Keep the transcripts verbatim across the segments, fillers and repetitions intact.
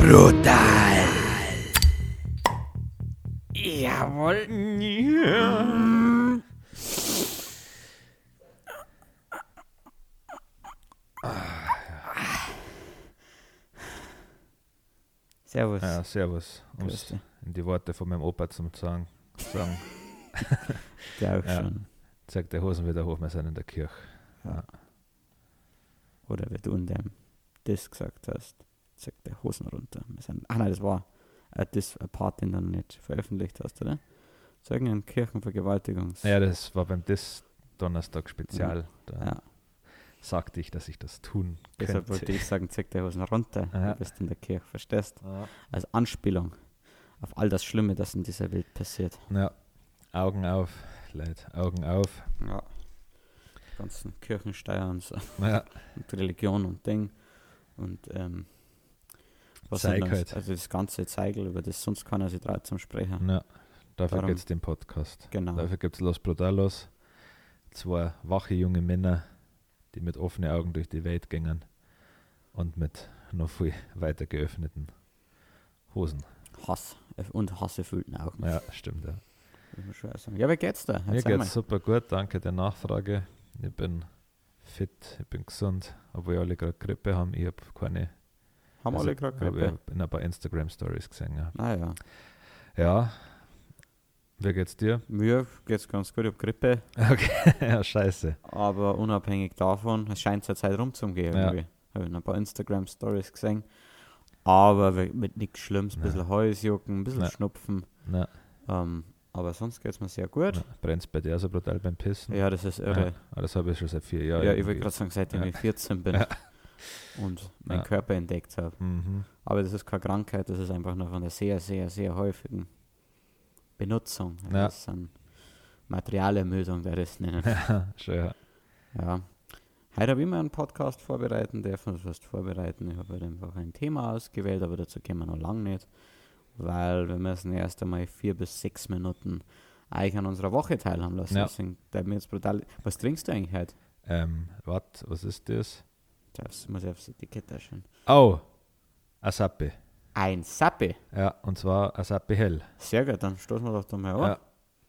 Brutal. Jawohl. Ja. Servus. Ja, servus. Um es in die Worte von meinem Opa zu sagen. sagen. Der auch ja. schon. Zeig die Hosen wieder hoch, wir sind in der Kirche. Ja. Ja. Oder wie du in dem das gesagt hast, zeig die Hosen runter. Wir sind, ach nein, das war äh, das ein Part, den du noch nicht veröffentlicht hast, oder? Zu irgendeinem Kirchenvergewaltigungs... Ja, das war beim Dis Donnerstag Spezial. Da Ja. sagte ich, dass ich das tun könnte. Deshalb wollte ich sagen, zeig die Hosen runter. Ja. Du bist in der Kirche, verstehst? Ja. Als Anspielung auf all das Schlimme, das in dieser Welt passiert. ja. Augen auf, Leute, Augen auf. Ja. Die ganzen Kirchensteuer und so. Ja. Und Religion und Ding. Und ähm, was Zeig denn halt. Also das ganze Zeigel, über das sonst keiner sich traut zum Sprechen. Ja. Dafür Darum- gibt es den Podcast. Genau. Dafür gibt es Los Brutalos. Zwei wache junge Männer, die mit offenen Augen durch die Welt gingen und mit noch viel weiter geöffneten Hosen. Hass und hasserfüllten Augen. Ja, stimmt. Ja. Muss man schon sagen. Ja, wie geht's dir? Mir Erzähl geht's super gut, danke der Nachfrage. Ich bin fit, ich bin gesund, obwohl alle gerade Grippe haben. Ich habe keine. Haben also, alle gerade hab Grippe? ich in ein paar Instagram-Stories gesehen. Ja. Ah ja. ja. Wie geht's dir? Mir geht's ganz gut, ich hab Grippe. Okay, ja, scheiße. Aber unabhängig davon, es scheint zur Zeit rumzugehen. Ja. Irgendwie. Habe ich noch ein paar Instagram-Stories gesehen. Aber we- mit nichts Schlimmes, ein bisschen Nein. Halsjucken, ein bisschen Nein. Schnupfen. Na, Ähm, aber sonst geht's mir sehr gut. na, brennt's bei dir so brutal beim Pissen? Ja, das ist irre. Ja, das habe ich schon seit vier Ja, Jahren. ich wollte gerade sagen, seitdem Ja. ich vierzehn bin Ja. und meinen Ja. Körper entdeckt habe. Mhm. Aber das ist keine Krankheit, das ist einfach nur von der sehr, sehr, sehr häufigen Benutzung. Ja. Das ist eine Materialermüdung, der das nennen. Ja, schon, ja. Ja. Heute habe ich mir einen Podcast vorbereiten dürfen, das heißt vorbereiten. Ich habe halt einfach ein Thema ausgewählt, aber dazu kommen wir noch lange nicht, weil wir müssen erst einmal vier bis sechs Minuten eigentlich an unserer Woche teilhaben lassen. Ja. Deswegen, der mir jetzt brutal. Was trinkst du eigentlich heute? Ähm, wat, was ist das? Das muss ich aufs Etikett schauen. Oh, Asappe. Ein Sappe. Ja, und zwar Asappe Hell. Sehr gut, dann stoßen wir doch da mal an. Ja.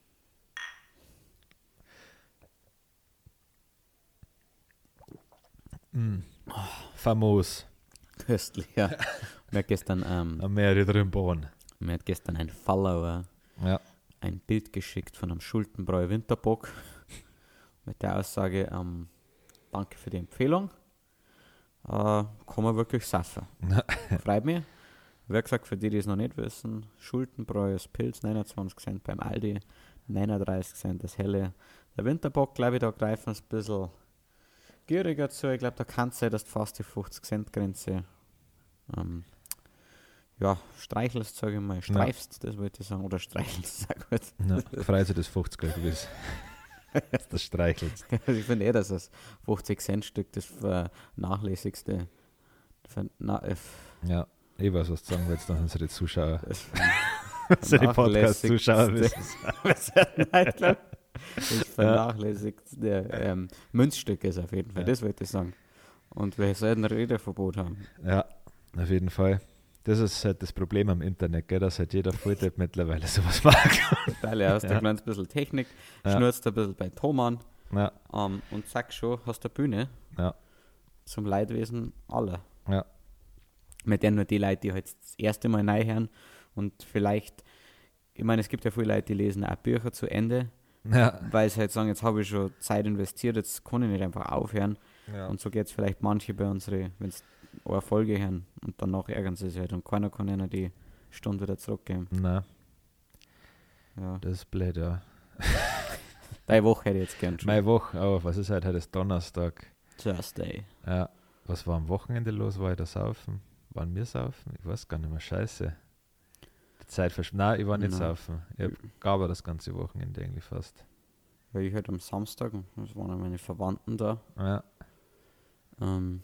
Mm. Famos. Köstlich, ja. Mir hat gestern, ähm, Am Meer drin bauen. mir hat gestern ein Follower Ja. ein Bild geschickt von einem Schultenbräu Winterbock mit der Aussage, ähm, danke für die Empfehlung. Äh, kann man wirklich saffen. Freut mich. Wie gesagt, für die, die es noch nicht wissen, Schultenbräu ist Pilz, neunundzwanzig Cent beim Aldi, neununddreißig Cent das Helle. Der Winterbock, glaube ich, da greifen es ein bisschen gieriger zu. Ich glaube, da kann es sein, dass du fast die fünfzig Cent Grenze ähm, ja, streichelst, sage ich mal, streifst, das wollte ich sagen, oder streichelst, sag gut. Ja. Freut sich das fünfzig Geld gewiss. Dass das streichelt. Also ich finde eh, dass das fünfzig Cent Stück das vernachlässigste, verna f- Ja, ich weiß, was du sagen willst, dann unsere Zuschauer. das Unsere Podcast-Zuschauer wissen es. Nein, ich glaub, das vernachlässigste ähm, Münzstück ist auf jeden Fall, Ja. das wollte ich sagen. Und wir sollten ein Redeverbot haben. Ja, auf jeden Fall. Das ist halt das Problem am Internet, gell, dass halt jeder Volldepp mittlerweile sowas mag. Teile aus, Ja. da kleines bisschen Technik, Ja. schnurzt ein bisschen bei Thomann Ja, ähm, und zack schon, hast du eine Bühne ja, zum Leidwesen aller. ja. Mit denen nur die Leute, die halt das erste Mal neu hören und vielleicht, ich meine, es gibt ja viele Leute, die lesen auch Bücher zu Ende, Ja, weil sie halt sagen, jetzt habe ich schon Zeit investiert, jetzt kann ich nicht einfach aufhören. ja. Und so geht es vielleicht manche bei unsere, wenn es eine Folge hören und danach ärgern sie sich halt und keiner kann ihnen die Stunde wieder zurückgeben. Na, Ja. das ist blöd, ja. Deine Woche hätte ich jetzt gern schon. Meine Woche, oh, was ist heute? Heute ist Donnerstag. Thursday. Ja, was war am Wochenende los? War ich da saufen? Waren wir saufen? Ich weiß gar nicht mehr, scheiße. Die Zeit versch... Nein, ich war nicht Nein. saufen. Ich hab Gaber das ganze Wochenende eigentlich fast. Weil ich halt am Samstag, das waren ja meine Verwandten da. Ja, Ähm,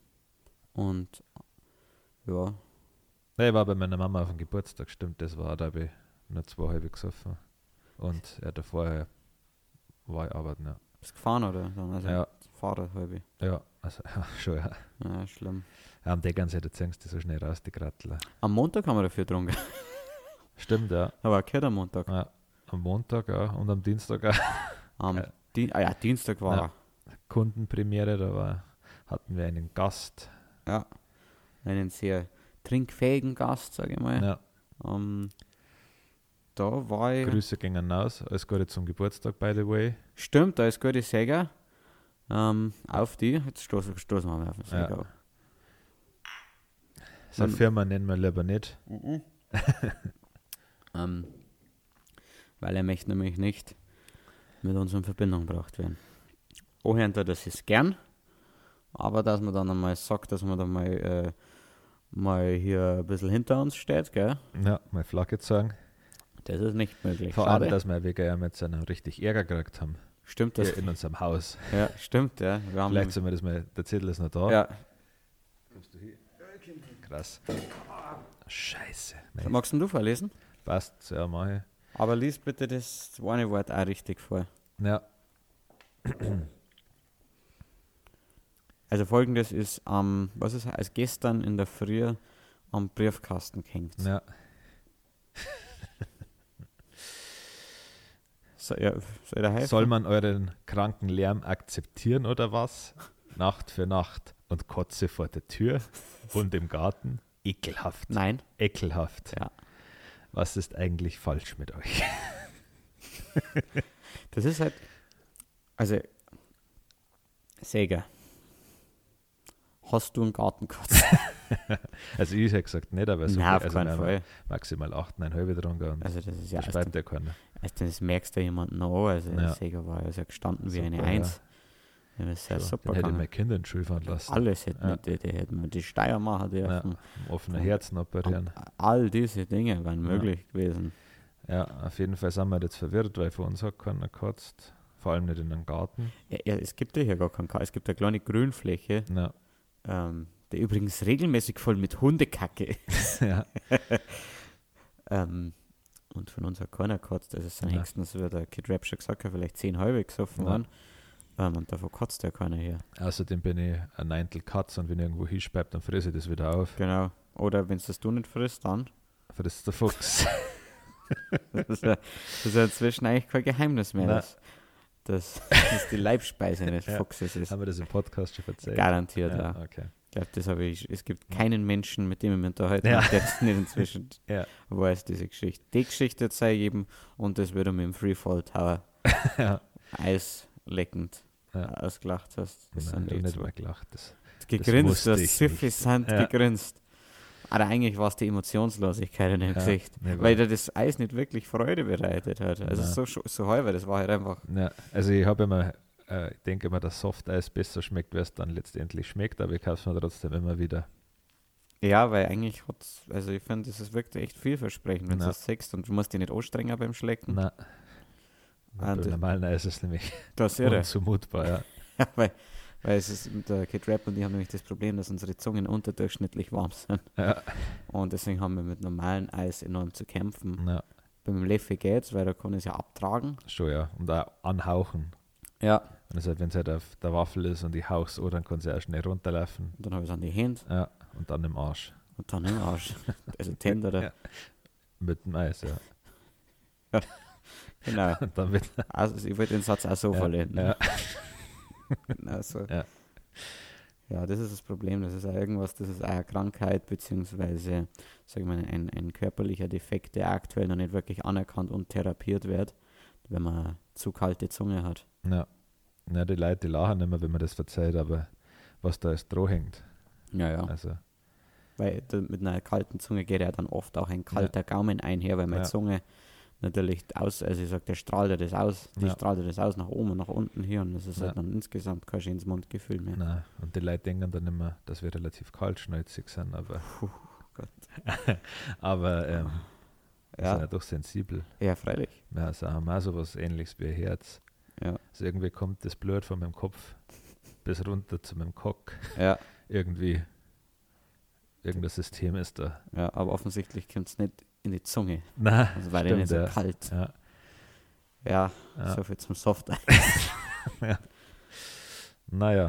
und ja, ja, ich war bei meiner Mama auf dem Geburtstag, stimmt, das war, da habe ich nur zwei halbe gesoffen. Und ja, davor war ich arbeiten, ja. bist du gefahren oder? Dann, also Ja, Fahrrad halbe. Ja, also ja, schon, ja. Ja, schlimm. Ja, am der ganze Zeit ziehst du so schnell raus, die Grattler. Am Montag haben wir dafür getrunken. Stimmt, ja. Aber auch gehört am Montag. ja. Am Montag auch und am Dienstag auch. Am Ja. Dien- ah ja, Dienstag war Ja. Kundenpremiere, da war, hatten wir einen Gast. ja einen sehr trinkfähigen Gast, sage ich mal. Ja. Ähm, da war ich. Grüße gingen raus. Alles Gute zum Geburtstag, by the way. Stimmt, da ist gute Säger. Ähm, auf die. Jetzt stoßen, stoßen wir mal auf den Ja. Säger. Seine Man- Firma nennen wir lieber nicht. Ähm, weil er möchte nämlich nicht mit uns in Verbindung gebracht werden. Anhören tut das ist gern, aber dass man dann einmal sagt, dass man dann mal, äh, mal hier ein bisschen hinter uns steht, gell? Ja, mal Flagge zeigen. Das ist nicht möglich. Vor allem, Schade. dass wir wegen ja mit seinem richtig Ärger gekriegt haben. Stimmt das? Hier in unserem Haus. Ja, stimmt, ja. Wir haben Vielleicht sind wir das mal, der Zettel ist noch da. ja. Krass. Scheiße. Nein, Magst du vorlesen? passt, ja, mach ich. Aber lies bitte das eine Wort auch richtig vor. Ja, Also folgendes ist am, was ist als gestern in der Früh am Briefkasten gehängt. ja. So, ja, soll der helfen? Soll man euren kranken Lärm akzeptieren oder was? Nacht für Nacht und Kotze vor der Tür und im Garten? Ekelhaft. Nein. Ekelhaft. Ja. Was ist eigentlich falsch mit euch? Das ist halt, also, Säger, hast du einen Garten gehabt? Also ich hätte gesagt nicht, aber so Nein, auf also keinen wir haben Fall. maximal acht, neun halbe drunter und Also das ist ja, das also, schreibt ja keiner. also das merkst du jemanden an, also Ja. der Säger war also gestanden wie eine Super, Eins. Ja, das ist ja So, super dann hätte ich gegangen. meine Kinder in die Schule fahren lassen. Alles hätten Ja. wir, die, die hätten wir die Steuer machen Ja, dürfen. offene Herzen operieren. All diese Dinge wären Ja. möglich gewesen. Ja, auf jeden Fall sind wir jetzt verwirrt, weil von uns hat keiner gekotzt. Vor allem nicht in den Garten. Ja, ja, es gibt ja hier gar keinen Ka- Es gibt eine kleine Grünfläche, Ja, ähm, die übrigens regelmäßig voll mit Hundekacke ist. ja. ähm, und von uns hat keiner gekotzt. Also es sind Ja. höchstens, wie der Kid Rap schon gesagt hat, vielleicht zehn halbe gesoffen Ja. waren. Ähm, und davon kotzt ja keiner hier. Außerdem bin ich ein Nintel Katz und wenn ich irgendwo hinspeibe, dann fresse ich das wieder auf. Genau. Oder wenn es das du nicht frisst, dann. Frisst der Fuchs. Das ist, ja, das ist ja inzwischen eigentlich kein Geheimnis mehr, Nein. dass, dass das die Leibspeise eines Ja. Fuchses ist. Haben wir das im Podcast schon erzählt? Garantiert, ja. Ja, okay. Ich glaube, das habe ich. Es gibt keinen Menschen, mit dem ich mich unterhalten Ja. habe, der das nicht inzwischen Ja. weiß, diese Geschichte. Die Geschichte sei eben und das würde mit dem Freefall Tower Ja. eisleckend Ja. ausgelacht hast. Das Nein, sind ich die hab nicht zwei. mal gelacht. Das, Gegrinst, wusste du hast ich suffisant nicht. Ja. gegrinst. Aber eigentlich war es die Emotionslosigkeit in dem Ja, Gesicht. nee, Weil dir das Eis nicht wirklich Freude bereitet hat. Also Nein. so, sch- so halber, das war halt einfach. ja, also ich habe immer, äh, ich denke immer, dass Softeis besser schmeckt, wie es dann letztendlich schmeckt, aber ich kaufe es mir trotzdem immer wieder. Ja, weil eigentlich hat's, also ich finde, das ist wirklich echt vielversprechend, wenn du Ja. das sagst und du musst dich nicht anstrengen beim Schlecken. Nein. Ah, Beim das- normalen Eis ist es nämlich Das ist irre. unzumutbar, ja. Ja, weil, weil es ist, der Kid Rap und ich haben nämlich das Problem, dass unsere Zungen unterdurchschnittlich warm sind. Ja, Und deswegen haben wir mit normalem Eis enorm zu kämpfen. na, Beim Leffe geht's, weil da kann ich es ja abtragen. schon ja. Und auch anhauchen. Ja. Und also, wenn es halt auf der Waffel ist und ich hauch's an, dann kann es ja auch schnell runterlaufen. Und dann habe ich es an die Hände Ja, und dann im Arsch. und dann im Arsch. Also die Hände, oder? Ja. Mit dem Eis, ja. Genau. Und dann mit, Also ich wollte den Satz auch so ja, verlegen. ja, Genau so. Ja. Ja, das ist das Problem. Das ist auch irgendwas, das ist auch eine Krankheit, beziehungsweise sag ich mal, ein, ein körperlicher Defekt, der aktuell noch nicht wirklich anerkannt und therapiert wird, wenn man eine zu kalte Zunge hat. ja. Ja, die Leute, die lachen immer, wenn man das verzeiht, aber was da als Droh hängt. Ja, ja. Also, Weil da, mit einer kalten Zunge geht ja dann oft auch ein kalter Gaumen einher, weil meine Ja. Zunge natürlich aus, also ich sag, der strahlt ja das aus, die Ja. strahlt ja das aus nach oben und nach unten hier und das ist Ja. halt dann insgesamt kein schönes Mundgefühl mehr. nein. Und die Leute denken dann immer, dass wir relativ kaltschnäuzig sind, aber, Puh, Gott. aber ähm, wir sind ja Ja, doch sensibel. ja, freilich. Wir also haben auch sowas ähnliches wie ein Herz. Ja, Also irgendwie kommt das Blut von meinem Kopf bis runter zu meinem Cock. ja, Irgendwie, irgendein System ist da. ja, aber offensichtlich kommt es nicht in die Zunge, Nein, also war der nicht so ja. kalt. Ja, Ja, ja. so viel zum Soft. Ja. Naja,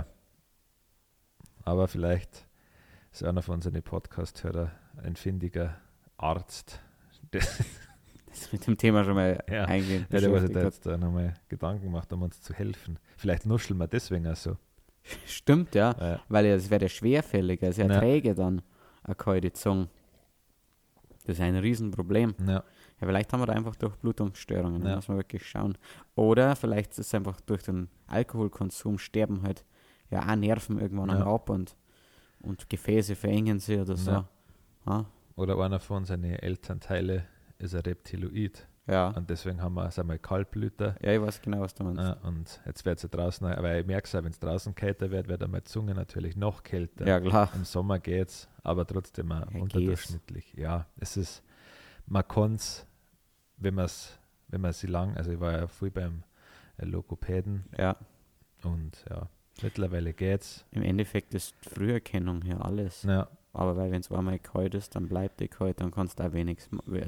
aber vielleicht ist einer von unseren Podcast-Hörer ein findiger Arzt. Das, Das mit dem Thema schon mal ja, eingehend ja, der was beschäftigt jetzt da nochmal Gedanken gemacht, um uns zu helfen. Vielleicht nuscheln wir deswegen auch so. hat. Stimmt, ja. Ja, Weil es wäre ja schwerfälliger, sehr Ja. träge dann, eine kalte Zunge. Das ist ein Riesenproblem. ja, Ja, vielleicht haben wir da einfach Durchblutungsstörungen, da Ja. muss man wirklich schauen. Oder vielleicht ist es einfach durch den Alkoholkonsum sterben halt ja auch Nerven irgendwann Ja. einmal ab und, und Gefäße verengen sich oder so. Ja. Ja, oder einer von seinen Elternteile ist ein Reptiloid. ja. Und deswegen haben wir, sind wir Kaltblüter. Ja, ich weiß genau, was du meinst. Ja, und jetzt wird es ja draußen, aber ich merke es auch, wenn es draußen kälter wird, wird meine Zunge natürlich noch kälter. Ja, klar. Im Sommer geht's, aber trotzdem auch Ja, unterdurchschnittlich. Ja, es ist, man kann es, wenn man es, wenn man sie lang, also ich war ja viel beim äh, Logopäden Ja, und ja, mittlerweile geht's. im Endeffekt ist Früherkennung hier alles. Ja, Aber weil wenn es einmal kalt ist, dann bleibt die kalt, dann kannst du auch wenig,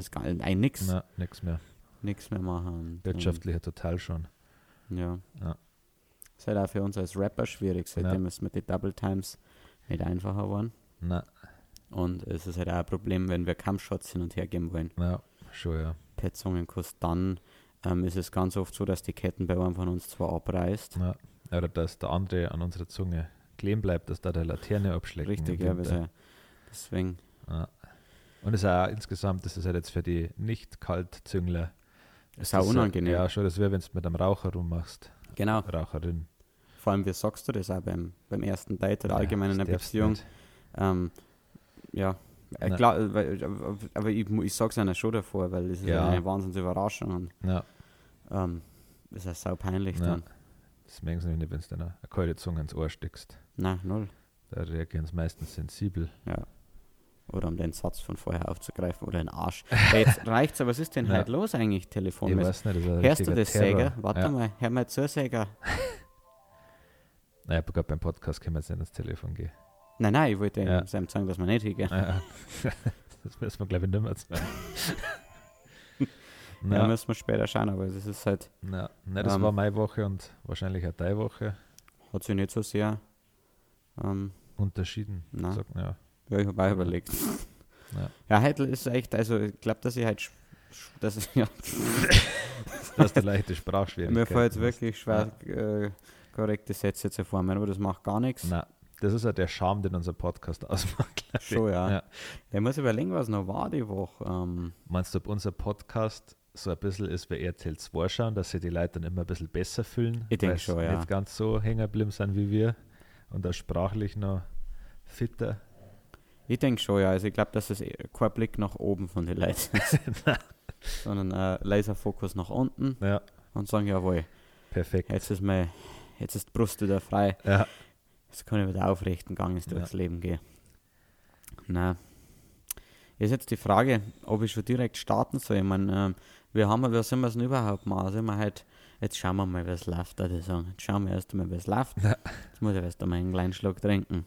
ein nix, na, nichts mehr. nix mehr machen. Und, Wirtschaftlicher total schon. ähm, Ja. Ja. Ist halt auch für uns als Rapper schwierig, seitdem Ja. es mit den Double Times nicht einfacher geworden. Na, Und es ist halt auch ein Problem, wenn wir Kampfshots hin und her geben wollen. na, schon ja. Per Zungenkuss, dann ähm, ist es ganz oft so, dass die Ketten bei einem von uns zwar abreißt. Na, oder dass der andere an unserer Zunge kleben bleibt, dass da der Laterne abschlägt. Richtig, ja. weil Deswegen, Ja. Und es ist auch insgesamt, das ist halt jetzt für die Nicht-Kaltzüngler. ist auch unangenehm. Ja, schon, das wäre, wenn du mit einem Raucher rummachst. Genau. Raucherin. Vor allem, wie sagst du das auch beim, beim ersten Date oder Ja, allgemein in das einer darfst Beziehung? nicht. Ähm, ja, äh, Nein. klar, äh, weil, aber- aber ich, mu- ich sag's einer schon davor, weil das ist Ja. eine Wahnsinnsüberraschung und Ja, ähm, das ist sau peinlich Ja. dann. das merken sie nicht, wenn du dann eine kalte Zunge ins Ohr steckst. Nein, null. Da reagieren sie meistens sensibel. Ja. Oder um den Satz von vorher aufzugreifen oder den Arsch. Ja, jetzt reicht's, aber was ist denn Ja. heute los eigentlich, Ich telefonmäßig? weiß nicht, das ist ein Hörst du richtiger das, Terror. Säger? Warte ja. mal, hör mal zu, Säger. Naja, gerade beim Podcast können wir jetzt nicht ins Telefon gehen. Nein, nein, ich wollte Ja. ihm sagen, dass wir nicht hingehen. Ja. Das müssen wir, glaube ich, nicht mehr sagen. Ja, Na, müssen wir später schauen, aber das ist halt, na, na, das Ähm. war meine Woche und wahrscheinlich auch deine Woche. hat sich nicht so sehr, ähm, Unterschieden. Na. Sag, ja. ja, ich habe auch überlegt. Ja. Ja, heute ist echt, also ich glaube, dass ich halt, sch- sch- dass ich, ja, Das ist die leichte mir Sprachschwierigkeit. fällt es wirklich schwer, äh, korrekte Sätze zu formen, aber das macht gar nichts. Na, das ist ja der Charme, den unser Podcast ausmacht. glaub ich. Schon, ja. Ja. Ich muss überlegen, was noch war die Woche. Ähm, Meinst du, ob unser Podcast so ein bisschen ist wie R T L zwei schauen, dass sich die Leute dann immer ein bisschen besser fühlen? Ich denk weil sie schon, ja. nicht ganz so hängen geblieben sind wie wir und auch sprachlich noch fitter. ich denke schon, ja. Also ich glaube, dass es eh kein Blick nach oben von den Leuten ist, sondern äh, Laserfokus nach unten Ja, und sagen, jawohl, perfekt. jetzt ist mein, jetzt ist die Brust wieder frei. Ja, Jetzt kann ich wieder aufrechten Ganges Ja. durchs Leben gehen. Na, ist jetzt die Frage, ob ich schon direkt starten soll. Ich meine, ähm, wir haben, wie sind wir es denn überhaupt mal? Sind wir halt, jetzt schauen wir mal, wie es läuft, würde ich sagen. Jetzt schauen wir erst einmal, wie es läuft. Ja. Jetzt muss ich erst einmal einen kleinen Schluck trinken.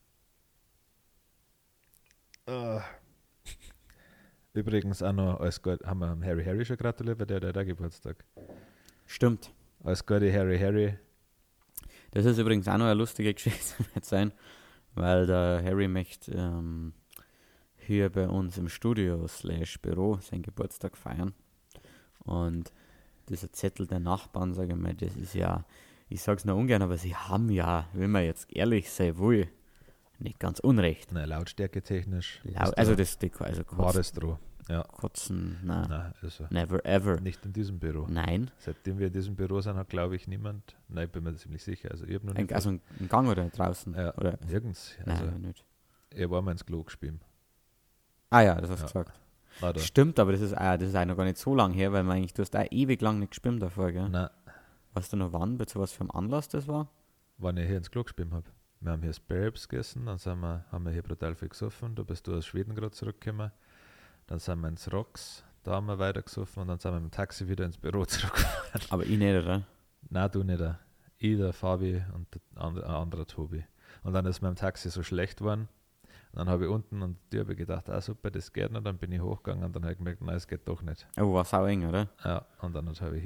Ah. Übrigens auch noch alles gut, haben wir dem Harry Harry schon gratuliert, weil der hat ja Geburtstag. Stimmt. Alles Gute, Harry Harry. Das ist übrigens auch noch eine lustige Geschichte wird sein, weil der Harry möchte ähm, hier bei uns im Studio slash Büro seinen Geburtstag feiern. Und dieser Zettel der Nachbarn, sage ich mal, das ist ja, ich sag's nur ungern, aber sie haben ja, wenn man jetzt ehrlich sein will, nicht ganz unrecht. Na, Lautstärke technisch. Lau ist also da- das, die, also war kotzen, das drauf. Ja. kotzen, nein, Nein, also never ever. nicht in diesem Büro. Nein, Seitdem wir in diesem Büro sind, hat, glaube ich, niemand. Nein, ich bin mir ziemlich sicher. Also, ich habe noch ein, nicht. also ein ein Gang oder draußen? ja, Oder, nirgends. Also, nein, nicht. ich war mal ins Klo gespielt. Ah ja, das hast du Ja. gesagt. Oder? Stimmt, aber das ist, auch, das ist auch noch gar nicht so lang her, weil man eigentlich, du hast auch ewig lang nicht geschwimmt davor, gell? Nein, Weißt du noch wann, bei was für einem Anlass das war? wann ich hier ins Klo gespielt habe. Wir haben hier Sparrows gegessen, dann sind wir, haben wir hier brutal viel gesoffen. Da bist du aus Schweden gerade zurückgekommen. Dann sind wir ins Rocks, da haben wir weiter gesoffen und dann sind wir mit dem Taxi wieder ins Büro zurückgefahren. Aber ich nicht, oder? Nein, du nicht. Ich, der Fabi und der andere, ein anderer Tobi. Und dann ist mein Taxi so schlecht geworden. Und dann habe ich unten und die habe ich gedacht, ah super, das geht nicht. Dann bin ich hochgegangen und dann habe ich gemerkt, nein, es geht doch nicht. Oh, war sau eng, oder? Ja, und dann habe ich hier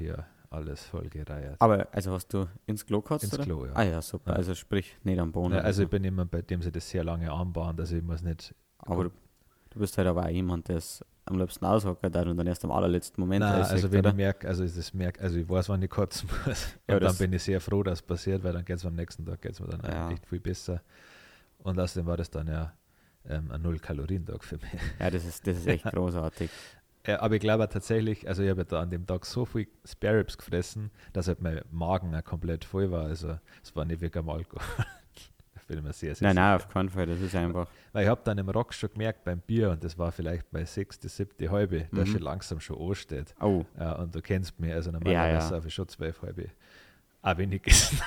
alles voll gereiert. Aber, also hast du ins Klo gekotzt, Ins oder? Klo, ja. Ah ja, super. Ja. Also sprich, nicht am Boden. Ja, oder also so. ich bin immer bei dem sie das sehr lange anbahnt, also ich muss nicht... Aber du, du bist halt aber auch jemand, der es am liebsten aushockert und dann erst am allerletzten Moment Nein, rauskriegt, also wenn oder? ich merke, also ich das merke, also ich weiß, wann ich kotzen muss. Ja, Und das- dann bin ich sehr froh, dass es passiert, weil dann geht es am nächsten Tag geht's mir dann Ja. echt viel besser. Und außerdem war das dann ja ähm, ein Null-Kalorien-Tag für mich. Ja, das ist, das ist echt großartig. Äh, aber ich glaube auch tatsächlich, also ich habe da an dem Tag so viel Spare Ribs gefressen, dass halt mein Magen auch komplett voll war. Also es war nicht wirklich am Alkohol. Ich bin mir sehr, sehr Nein, nein, sicher. auf keinen Fall. Das ist einfach. Weil ich habe dann im Rock schon gemerkt beim Bier, und das war vielleicht bei sechste, siebte halbe, dass Mhm. schon langsam schon ansteht. Oh, Ja, und du kennst mich, also Ja, normalerweise ja. habe ich schon zwölf halbe. Auch wenig gegessen.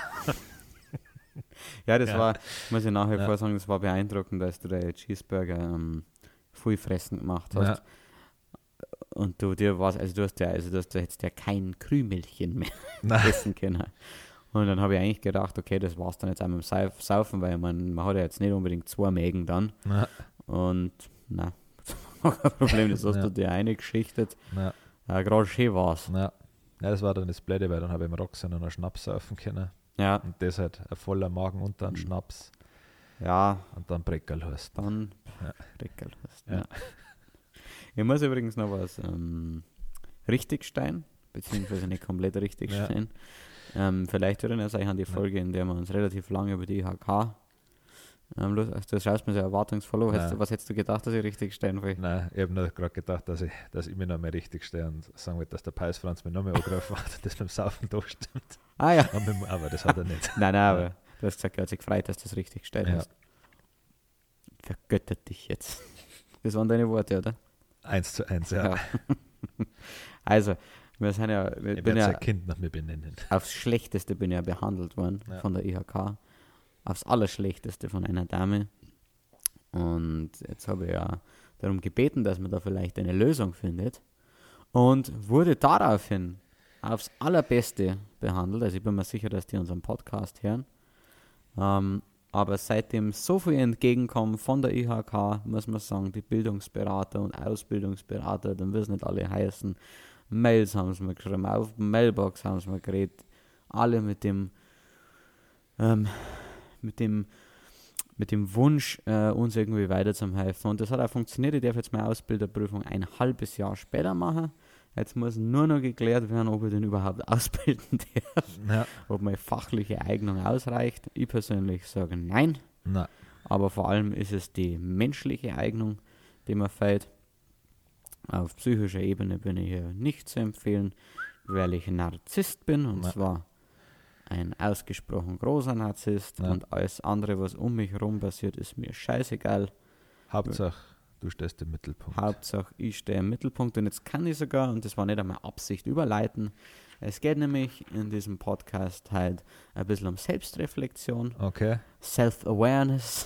ja, das Ja. war, muss ich nachher Ja. vor sagen, das war beeindruckend, dass du deine Cheeseburger ähm, viel fressen gemacht hast. Ja. Und du dir warst, also du hast ja, also du hast ja jetzt ja kein Krümelchen mehr Nein. essen können. Und dann habe ich eigentlich gedacht, okay, das war's dann jetzt einmal im Sauf- Saufen, weil man, man hat ja jetzt nicht unbedingt zwei Mägen dann. Nein. Und na, das war kein Problem, das hast Ja. du dir eingeschichtet. Nein. Ja, gerade schön war's. Nein. Ja, das war dann das Blöde, weil dann habe ich im Rock noch einen Schnaps saufen können. Ja, Und das halt ein voller Magen und dann Mhm. Schnaps ja, und dann Breckerl hast. dann Ja. Reckerl hast. Ja. Ja. Ich muss übrigens noch was ähm, richtigstellen, beziehungsweise nicht komplett richtigstellen. Ähm, vielleicht erinnert ihr euch an die Folge, in der wir uns relativ lange über die I H K ähm, los- also das schaust mir sehr erwartungsvoll an. Hättest Nein. du- Was hättest du gedacht, dass ich richtigstellen will? Nein, ich habe nur gerade gedacht, dass ich, dass ich mich noch mehr richtig stehe und sagen will, dass der Peis Franz mich noch mehr angegriffen hat und das beim Saufen durchstimmt. Ah ja. Aber aber das hat er nicht. Nein, nein, aber du hast gesagt, er hat sich gefreut, dass du das richtig gestellt Ja. hast. Vergöttert dich jetzt. Das waren deine Worte, oder? Eins zu eins, ja. Ja. Also, wir sind ja, wir Ich bin werde ja sein Kind nach mir benennen. aufs Schlechteste bin ich ja behandelt worden Ja. von der I H K. Aufs Allerschlechteste von einer Dame. Und jetzt habe ich ja darum gebeten, dass man da vielleicht eine Lösung findet. Und wurde daraufhin aufs Allerbeste behandelt. Also ich bin mir sicher, dass die unseren Podcast hören. Ähm, aber seitdem so viel Entgegenkommen von der I H K, muss man sagen, die Bildungsberater und Ausbildungsberater, dann wissen nicht alle heißen, Mails haben sie mir geschrieben, auf Mailbox haben sie mir geredet, alle mit dem, ähm, mit dem, mit dem Wunsch, äh, uns irgendwie weiterzuhelfen. Und das hat auch funktioniert. Ich darf jetzt meine Ausbilderprüfung ein halbes Jahr später machen. Jetzt muss nur noch geklärt werden, ob ich den überhaupt ausbilden darf, Ja. ob meine fachliche Eignung ausreicht. Ich persönlich sage nein, Nein. aber vor allem ist es die menschliche Eignung, die mir fehlt. Auf psychischer Ebene bin ich hier nicht zu empfehlen, weil ich ein Narzisst bin, und Ja. zwar ein ausgesprochen großer Narzisst, Ja. und alles andere, was um mich herum passiert, ist mir scheißegal. Hauptsache, du stehst im Mittelpunkt. Hauptsache, ich stehe im Mittelpunkt, und jetzt kann ich sogar, und das war nicht einmal Absicht, überleiten. Es geht nämlich in diesem Podcast halt ein bisschen um Selbstreflexion, Okay. Self-Awareness,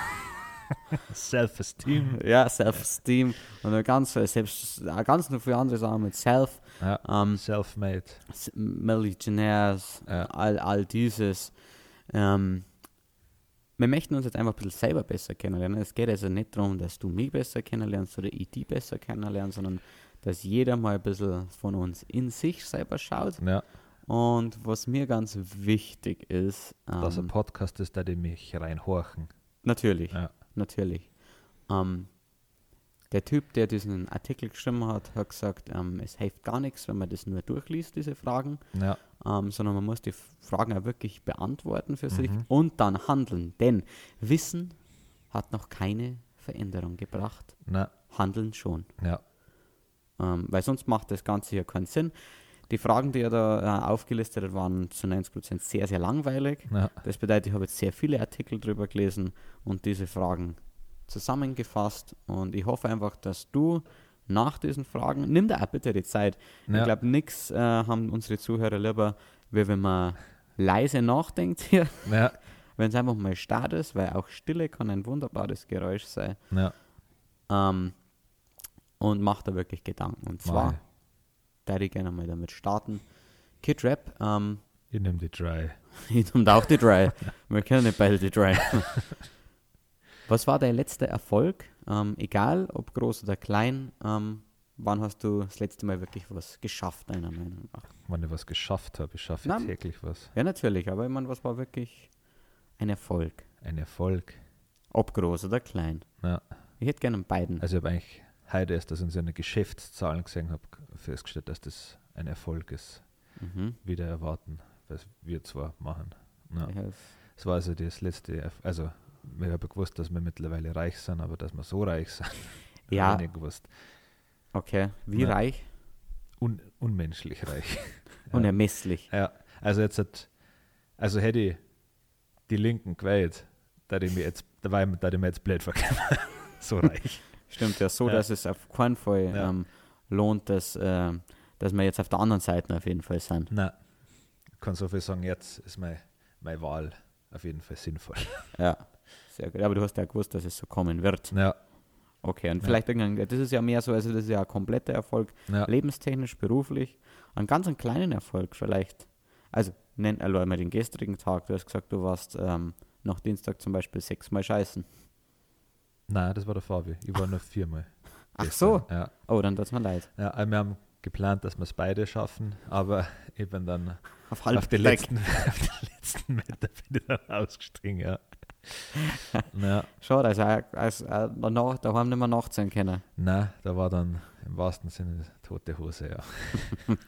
Self-Esteem. ja, Self-Esteem und eine ganz, selbst, eine ganz noch viele andere Sachen mit Self, Ja. ähm, Self-made. S- Millionaires, Ja. all, all dieses. Ähm, wir möchten uns jetzt einfach ein bisschen selber besser kennenlernen. Es geht also nicht darum, dass du mich besser kennenlernst oder ich dich besser kennenlerne, sondern dass jeder mal ein bisschen von uns in sich selber schaut. Ja. Und was mir ganz wichtig ist, Dass ein ähm, Podcast ist, da die mich reinhorchen. natürlich, Ja. natürlich. Ähm, der Typ, der diesen Artikel geschrieben hat, hat gesagt, ähm, es hilft gar nichts, wenn man das nur durchliest, diese Fragen. Ja. Ähm, sondern man muss die Fragen auch wirklich beantworten für sich Mhm. und dann handeln. Denn Wissen hat noch keine Veränderung gebracht, Na, Handeln schon. ja. Ähm, weil sonst macht das Ganze hier keinen Sinn. Die Fragen, die er da äh, aufgelistet hat, waren zu neunzig Prozent sehr, sehr langweilig. Ja. Das bedeutet, ich habe jetzt sehr viele Artikel drüber gelesen und diese Fragen zusammengefasst. Und ich hoffe einfach, dass du nach diesen Fragen, nimm dir auch bitte die Zeit. Ja. Ich glaube, nichts äh, haben unsere Zuhörer lieber, wie wenn man leise nachdenkt hier, Ja. wenn es einfach mal stark ist, weil auch Stille kann ein wunderbares Geräusch sein. Ja. Ähm, und macht da wirklich Gedanken. Und zwar, Mei. da ich gerne mal damit starten. Kid Rap, ähm, Ich nehme die Dry. ich nehme auch die Dry. Wir kennen nicht beide die Dry. Was war dein letzter Erfolg? Ähm, egal, ob groß oder klein, ähm, wann hast du das letzte Mal wirklich was geschafft, deiner Meinung nach? wenn ich was geschafft habe. Ich schaffe Nein. täglich was. Ja, natürlich, aber ich meine, was war wirklich ein Erfolg? Ein Erfolg. Ob groß oder klein. Ja. Ich hätte gerne beiden. Also ich habe eigentlich heute erst, dass ich so eine Geschäftszahlen gesehen habe, festgestellt, dass das ein Erfolg ist. Mhm. Wieder erwarten, was wir zwar machen. Ja. Ja, Das war also das letzte, Erf- also ich habe gewusst, dass wir mittlerweile reich sind, aber dass wir so reich sind, Ja. habe ich nicht gewusst. okay. Wie Ja. reich? Un- unmenschlich reich. Ja. Unermesslich. Ja, also jetzt hat, also hätte ich die Linken gewählt, da ich mir jetzt, da war ich, da ich mir jetzt blöd verkaufen. So reich. Stimmt ja so, Ja. dass es auf keinen Fall Ja. ähm, lohnt, dass, ähm, dass wir jetzt auf der anderen Seite auf jeden Fall sind. Nein, ich kann so viel sagen, jetzt ist meine, meine Wahl auf jeden Fall sinnvoll. Ja, sehr gut. Aber du hast ja gewusst, dass es so kommen wird. Ja, Okay, und Ja. vielleicht irgendwann, das ist ja mehr so, also das ist ja ein kompletter Erfolg, ja, lebenstechnisch, beruflich. Einen ganz einen kleinen Erfolg vielleicht. Also, nenn allein mal den gestrigen Tag. Du hast gesagt, du warst ähm, nach Dienstag zum Beispiel sechsmal scheißen. nein, das war der Fabi. Ich war nur viermal. Ach gestern. so. Ja, Oh, dann tut's mir leid. ja, also wir haben geplant, dass wir es beide schaffen, aber ich bin dann Auf halb auf die Dreck. letzten, auf die letzten Meter bin ich dann ausgestiegen, ja. Ja, Schade, also, als, als, danach, da haben wir nicht mehr nachzählen können. nein, da war dann im wahrsten Sinne tote Hose, ja.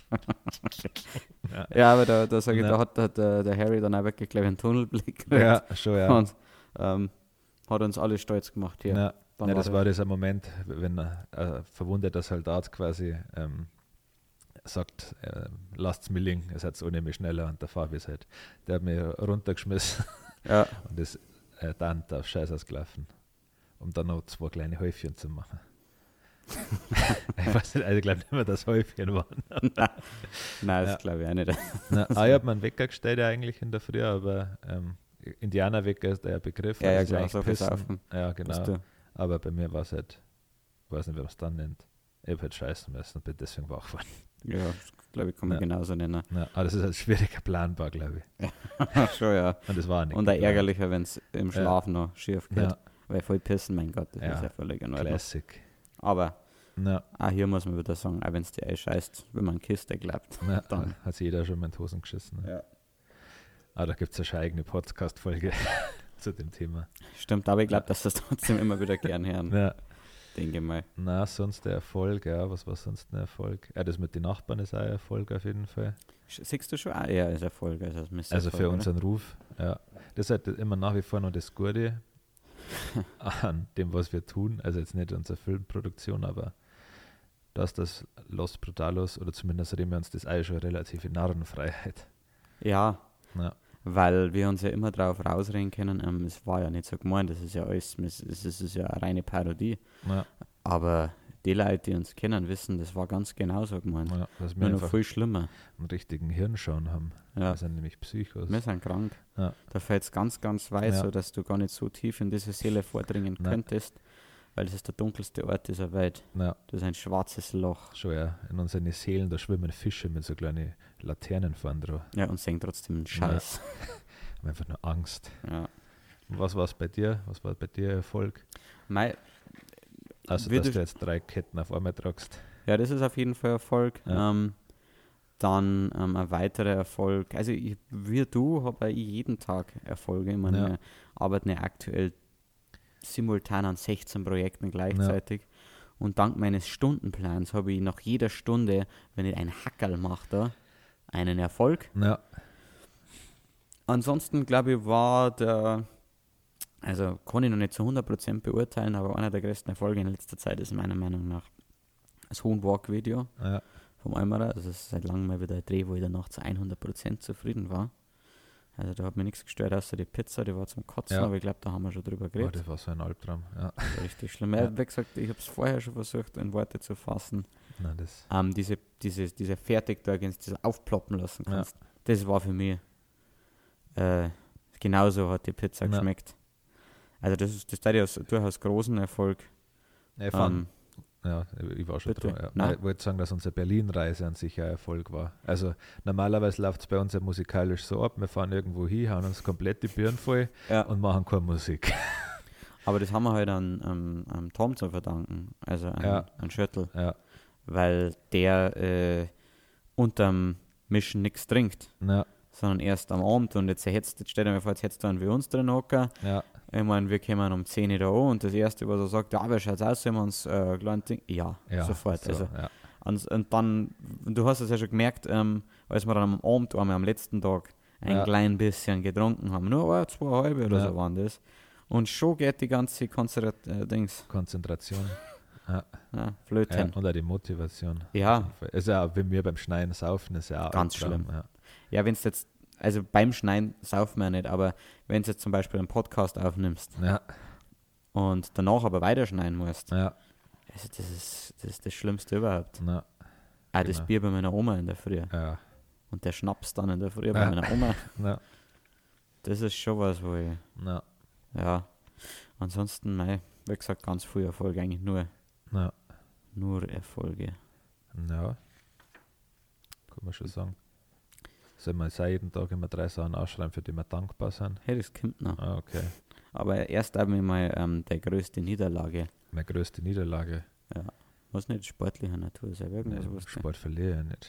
Ja, aber da, da sage ich, Ja. da hat, hat der, der Harry dann auch wirklich, glaube ich, einen Tunnelblick gekriegt. Ja, schon, ja. Und ähm, hat uns alle stolz gemacht hier. Ja, Dann ja, das er- war dieser Moment, wenn ein äh, verwundeter Soldat quasi ähm, sagt, äh, lasst's mir liegen, ihr seid ohne mich schneller, und der Fabi ist halt, der hat mich runtergeschmissen Ja, und ist äh, dann auf Scheiß ausgelaufen, um dann noch zwei kleine Häufchen zu machen. Ich weiß nicht, also ich glaube nicht mehr, dass Häufchen waren. nein, das Ja. glaube ich auch nicht. Na, ah, ich habe mir einen Wecker gestellt ja eigentlich in der Früh, aber ähm, Indianerwecker ist der Begriff. Ja, ja, also klar, eigentlich so viel Pissen. saufen. Ja, Musst genau. du. Aber bei mir war es halt, ich weiß nicht, wie man es dann nennt. Ich habe halt scheißen müssen und bin deswegen wach geworden. Ja, glaube ich, kann man Ja. genauso nennen. Ja, aber das ist halt schwieriger planbar, glaube ich. Schon, ja. Und das war nicht. Und auch geplant. ärgerlicher, wenn es im Schlaf noch schief geht. Ja, Weil voll pissen, mein Gott, das Ja, ist ja völlig in Ordnung. Classic. Aber Ja, auch hier muss man wieder sagen, auch wenn es dir eh scheißt, wenn man Kiste glaubt. ja, Dann. hat sich jeder schon mal in die Hosen geschissen. Ne? Ja. Ah, da gibt es ja schon eine eigene Podcast-Folge zu dem Thema. Stimmt, aber ich glaube, dass das trotzdem immer wieder gern hören, Ja. denke ich mal. Na, sonst der Erfolg, ja, was war sonst ein Erfolg? Ja, das mit den Nachbarn ist auch ein Erfolg auf jeden Fall. Sch- Siehst du schon auch eher als Erfolg, als als Misserfolg, Also für oder? unseren Ruf, ja. Das ist halt immer nach wie vor noch das Gute an dem, was wir tun. Also jetzt nicht unsere Filmproduktion, aber dass das Los Brutalos, oder zumindest reden wir uns das auch schon relativ in Narrenfreiheit. Ja, Ja, weil wir uns ja immer drauf rausreden können, ähm, es war ja nicht so gemeint, das ist ja alles, es ist, es ist ja eine reine Parodie. ja, Aber die Leute, die uns kennen, wissen, das war ganz genauso gemeint. ja, dass wir Nur noch einfach viel schlimmer. einen richtigen Hirnschauen haben. Ja. Wir sind nämlich Psychos. Wir sind krank. Ja. Da fällt es ganz, ganz weit, Ja. so dass du gar nicht so tief in diese Seele vordringen Nein. könntest, weil es ist der dunkelste Ort dieser Welt. Ja, Das ist ein schwarzes Loch. schon ja. In unseren Seelen, da schwimmen Fische mit so kleinen Laternen vorn drauf. Ja, und singen trotzdem einen Scheiß. Haben einfach nur Angst. Ja. Und was war es bei dir? Was war bei dir Erfolg? Mei, Also, Würde dass ich- du jetzt drei Ketten auf einmal tragst. ja, das ist auf jeden Fall Erfolg. Ja. Ähm, dann ähm, ein weiterer Erfolg. Also ich, wie du habe ich jeden Tag Erfolge. Ich meine, Ja. wir arbeiten ja aktuell simultan an sechzehn Projekten gleichzeitig. Und dank meines Stundenplans habe ich nach jeder Stunde, wenn ich ein Hackerl mache, da einen Erfolg. Ja, Ansonsten glaube ich, war der, also kann ich noch nicht zu hundert Prozent beurteilen, aber einer der größten Erfolge in letzter Zeit ist meiner Meinung nach das Hohenwalk-Video ja, vom Almerer. Also es ist seit langem mal wieder ein Dreh, wo ich danach zu hundert Prozent zufrieden war. Also da hat mir nichts gestört, außer die Pizza, die war zum Kotzen, Ja. aber ich glaube, da haben wir schon drüber oh, geredet. das war so ein Albtraum. Ja, Das war richtig schlimm. Ja. Ja. Wie gesagt, ich habe es vorher schon versucht, in Worte zu fassen. na, das. Ähm, diese, diese, diese Fertigteig, das aufploppen lassen Ja. kannst, das war für mich äh, genauso hat die Pizza Ja. geschmeckt. Also das ist das ist ja durchaus großen Erfolg. Ja, ich, fand, Ähm, ja, ich war schon bitte? dran. Ja. Nein. Nein, ich wollte sagen, dass unsere Berlin-Reise an sich ein Erfolg war. Also normalerweise läuft es bei uns ja musikalisch so ab, wir fahren irgendwo hin, hauen uns komplett die Birnen voll ja. und machen keine Musik. Aber das haben wir halt an, an, an Tom zu verdanken, also an, Ja. an Schöttl, Ja, weil der äh, unterm Mischen nichts trinkt, Ja, sondern erst am Abend. Und jetzt, jetzt, jetzt stell dir mal vor, jetzt hättest du einen wie uns drin hocken. ja, Ich meine, wir kommen um zehn Uhr da an und das Erste, was er sagt, ja, wie schaut's aus, wenn wir uns äh, klein Ding. Ja, ja. sofort. So, Also, ja. und, und dann, und du hast es ja schon gemerkt, ähm, als wir dann am Abend, einmal am letzten Tag, ein Ja. klein bisschen getrunken haben, nur ein, zwei halbe oder Ja. so waren das. Und schon geht die ganze Konzentrat äh, Dings, Konzentration. Ja, ja, Flöten. und auch die Motivation. Ja. Auf jeden Fall. Ist ja auch, wenn wir beim Schneiden saufen, ist ja auch Ganz ein Traum, schlimm. Ja. Ja, wenn es jetzt, also beim Schneiden saufen wir nicht, aber wenn du jetzt zum Beispiel einen Podcast aufnimmst Ja, und danach aber weiterschneiden musst, ja, also das ist das, ist das Schlimmste überhaupt. ja, Auch das Genau. Bier bei meiner Oma in der Früh ja, und der Schnaps dann in der Früh bei Ja. meiner Oma, ja, das ist schon was, wo ich, ja, ja, ansonsten, mei, wie gesagt, ganz viel Erfolg, eigentlich nur, ja, nur Erfolge. ja. Kann man schon sagen. Sollen wir jetzt jeden Tag immer drei Sachen ausschreiben, für die wir dankbar sind? Hey, das kommt noch. Ah, okay. Aber erst einmal mal ähm, der größte Niederlage, Meine größte Niederlage. was nicht sportlicher Natur ist, ja wirklich Nee, sowas. Sport verliere ich ja nicht.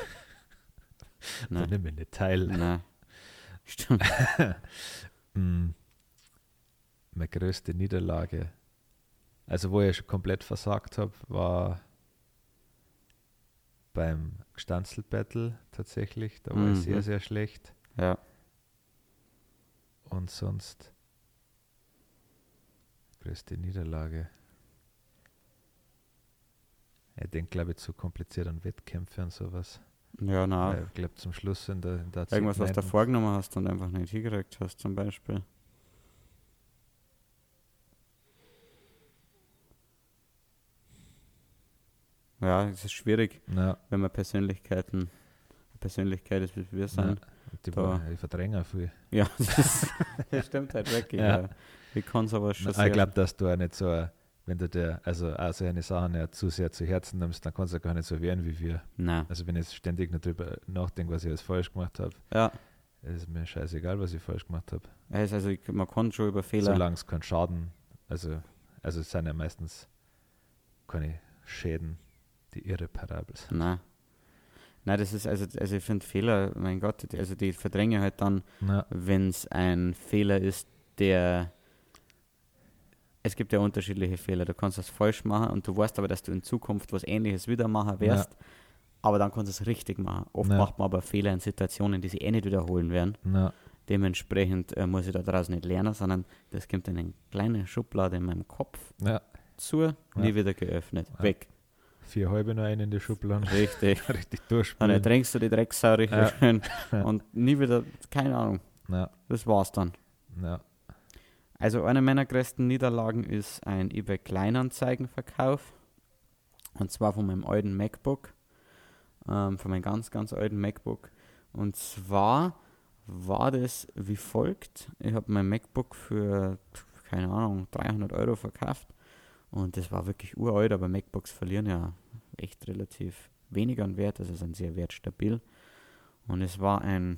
Da Nein, nehme ich nicht teil. nein, stimmt. Mm. Meine größte Niederlage. Also wo ich schon komplett versagt habe, war beim Gstanzl-Battle tatsächlich. Da war Mhm. ich sehr, sehr schlecht. Ja. Und sonst größte Niederlage. Ich denke, glaube ich, zu kompliziert an Wettkämpfe und sowas. Ja, na. Weil ich glaube, zum Schluss in der, in der Irgendwas, was du Segmenten- vorgenommen hast und einfach nicht hingekriegt hast, zum Beispiel. Ja, es ist schwierig, Ja, wenn man Persönlichkeiten, Persönlichkeit ist, wie wir ja. sind. Die Da- war, ich verdränge auch viel. Ja, das, ist, das stimmt halt wirklich. Ja. Ja. Ich kann es aber schon Ich sehr. glaube, dass du auch nicht so, äh, wenn du dir also auch so eine Sachen ja zu sehr zu Herzen nimmst, dann kannst du gar nicht so werden wie wir. Nein. Also wenn ich jetzt ständig nicht drüber nachdenke, was ich alles falsch gemacht habe, Ja, ist mir scheißegal, was ich falsch gemacht habe. also also ich, man kann schon über Fehler. Solange es keinen Schaden, also, also es sind ja meistens keine Schäden, die irreparabel sind. Nein. Nein, das ist, also, also ich finde Fehler, mein Gott, die- also die verdränge halt dann, Ja, wenn es ein Fehler ist, der. Es gibt ja unterschiedliche Fehler. Du kannst das falsch machen und du weißt aber, dass du in Zukunft was Ähnliches wieder machen wirst. Aber dann kannst du es richtig machen. Oft Ja. macht man aber Fehler in Situationen, die sich eh nicht wiederholen werden. ja, Dementsprechend äh, muss ich da draußen nicht lernen, sondern das kommt in eine kleine Schublade in meinem Kopf ja. zu, nie wieder geöffnet. Ja. Weg. Vier halbe noch einen in die Schublade. Richtig. Richtig Dann durchspielen. trinkst du die Drecksau richtig Ja. schön Ja. und nie wieder, keine Ahnung. Ja, Das war's dann. ja, Also eine meiner größten Niederlagen ist ein eBay Kleinanzeigenverkauf. Und zwar von meinem alten MacBook. Ähm, von meinem ganz, ganz alten MacBook. Und zwar war das wie folgt. Ich habe mein MacBook für, keine Ahnung, dreihundert Euro verkauft. Und das war wirklich uralt, aber MacBooks verlieren ja echt relativ wenig an Wert. Also sind sehr wertstabil. Und es war ein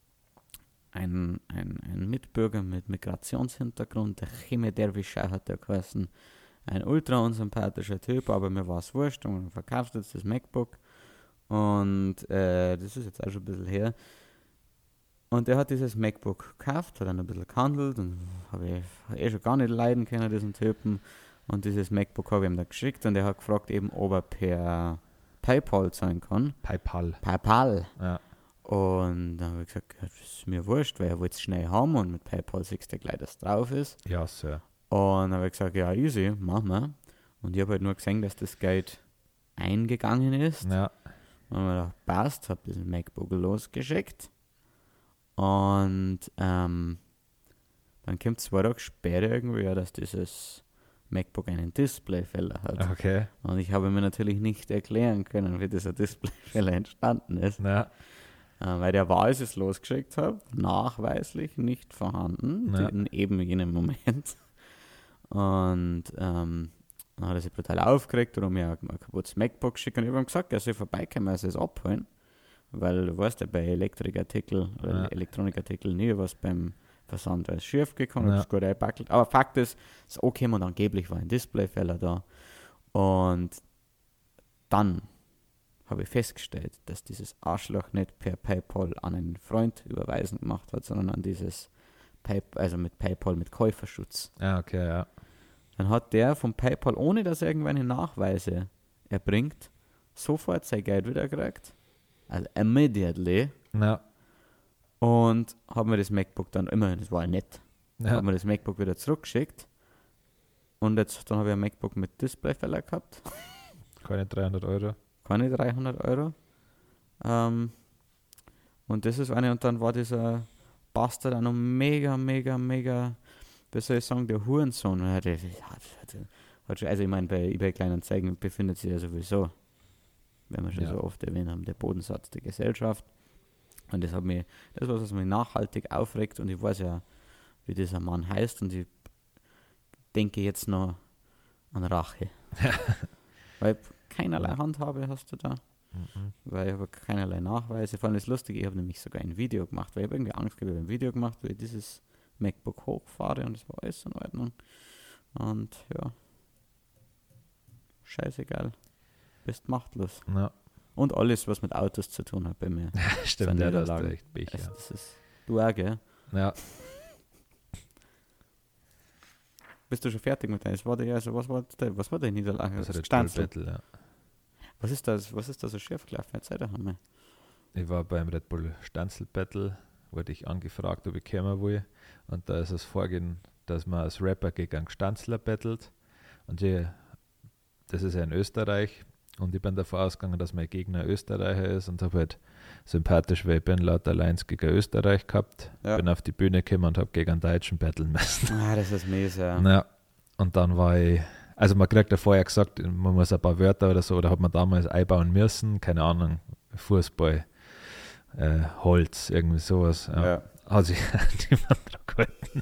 Ein, ein, ein Mitbürger mit Migrationshintergrund, der Chime Derwischau hat er geheißen. Ein ultra unsympathischer Typ, aber mir war es wurscht und er verkauft jetzt das MacBook. Und äh, das ist jetzt auch schon ein bisschen her. Und er hat dieses MacBook gekauft, hat dann ein bisschen gehandelt und habe ich eh schon gar nicht leiden können, diesen Typen. Und dieses MacBook habe ich ihm dann geschickt und er hat gefragt, eben, ob er per PayPal zahlen kann. PayPal. PayPal. Ja, Und dann habe ich gesagt, ja, das ist mir wurscht, weil er wollte es schnell haben und mit PayPal siehst du gleich, dass drauf ist. ja, Sir. Und dann habe ich gesagt, ja, easy, machen wir. Und ich habe halt nur gesehen, dass das Geld eingegangen ist. Ja, Und habe mir gedacht, passt, habe das MacBook losgeschickt. Und ähm, dann kommt zwei Tage später irgendwie, ja, dass dieses MacBook einen Displayfehler hat. okay. Und ich habe mir natürlich nicht erklären können, wie dieser Displayfehler entstanden ist. Ja, Äh, weil der war, als ich es losgeschickt habe, nachweislich nicht vorhanden, Ja. in eben jenem Moment. Und ähm, dann hat er sich brutal aufgeregt und mir ein kaputtes MacBook geschickt und ich habe ihm gesagt, er soll vorbeikommen, er soll es abholen. Weil du weißt ja, bei Elektrikartikeln oder Ja. Elektronikartikeln nie was beim Versand als schief gekommen, Ja. ja. gut eingepackelt. Aber Fakt ist, es ist okay und angeblich war ein Displayfehler da. Und dann habe ich festgestellt, dass dieses Arschloch nicht per PayPal an einen Freund überweisen gemacht hat, sondern an dieses Pay, also mit PayPal mit Käuferschutz. Ah, okay, ja. Dann hat der vom PayPal, ohne dass er irgendwelche Nachweise erbringt, sofort sein Geld wieder gekriegt. Also immediately. Ja. Und haben mir das MacBook dann, immerhin, das war ja nett, Ja. haben wir das MacBook wieder zurückgeschickt. Und jetzt, dann habe ich ein MacBook mit Displayfehler gehabt. Keine dreihundert Euro. Keine dreihundert Euro. Ähm, und das ist eine, und dann war dieser Bastard auch noch mega, mega, mega, wie soll ich sagen, der Hurensohn. Er hatte, hatte, hatte, also ich meine, bei eBay Kleinanzeigen befindet sich ja sowieso, wenn wir schon Ja. so oft erwähnt haben, der Bodensatz der Gesellschaft. Und das hat mich, das was, was mich nachhaltig aufregt, und ich weiß ja, wie dieser Mann heißt, und ich denke jetzt noch an Rache. Weil keinerlei Ja. Handhabe hast du da, Mhm. weil ich habe keinerlei Nachweise. Vor allem das Lustige, ich habe nämlich sogar ein Video gemacht, weil ich habe irgendwie Angst gehabt, ich habe ein Video gemacht, weil ich dieses MacBook hochfahre, und es war alles in Ordnung. Und ja, scheißegal, bist machtlos. Ja. Und alles, was mit Autos zu tun hat bei mir. Stimmt, ja, da hast du Niederlagen. echt Pech, Also ja. das ist, du auch, gell? Ja. Bist du schon fertig mit deinem? Was war der, also was war der, was war der Niederlage? Das Das hat Stanzel. Red Bull Battle, ja. Was ist das, was ist da so schief gelaufen? Erzähl doch einmal. Ich war beim Red Bull Stanzel Battle, wurde ich angefragt, ob ich kommen will. Und da ist es vorgehen, dass man als Rapper gegen einen Stanzler battelt. Und ich, das ist ja in Österreich. Und ich bin davon ausgegangen, dass mein Gegner Österreicher ist, und habe halt sympathisch, weil ich bin lauter Lines gegen Österreich gehabt. Ja. Bin auf die Bühne gekommen und habe gegen einen Deutschen battlen müssen. Ah, das ist mies, ja. Ja. Und dann war ich, also man kriegt ja vorher gesagt, man muss ein paar Wörter oder so, oder hat man damals einbauen müssen, keine Ahnung, Fußball, äh, Holz, irgendwie sowas. Ja. Ja. Hat sich niemand dran gehalten.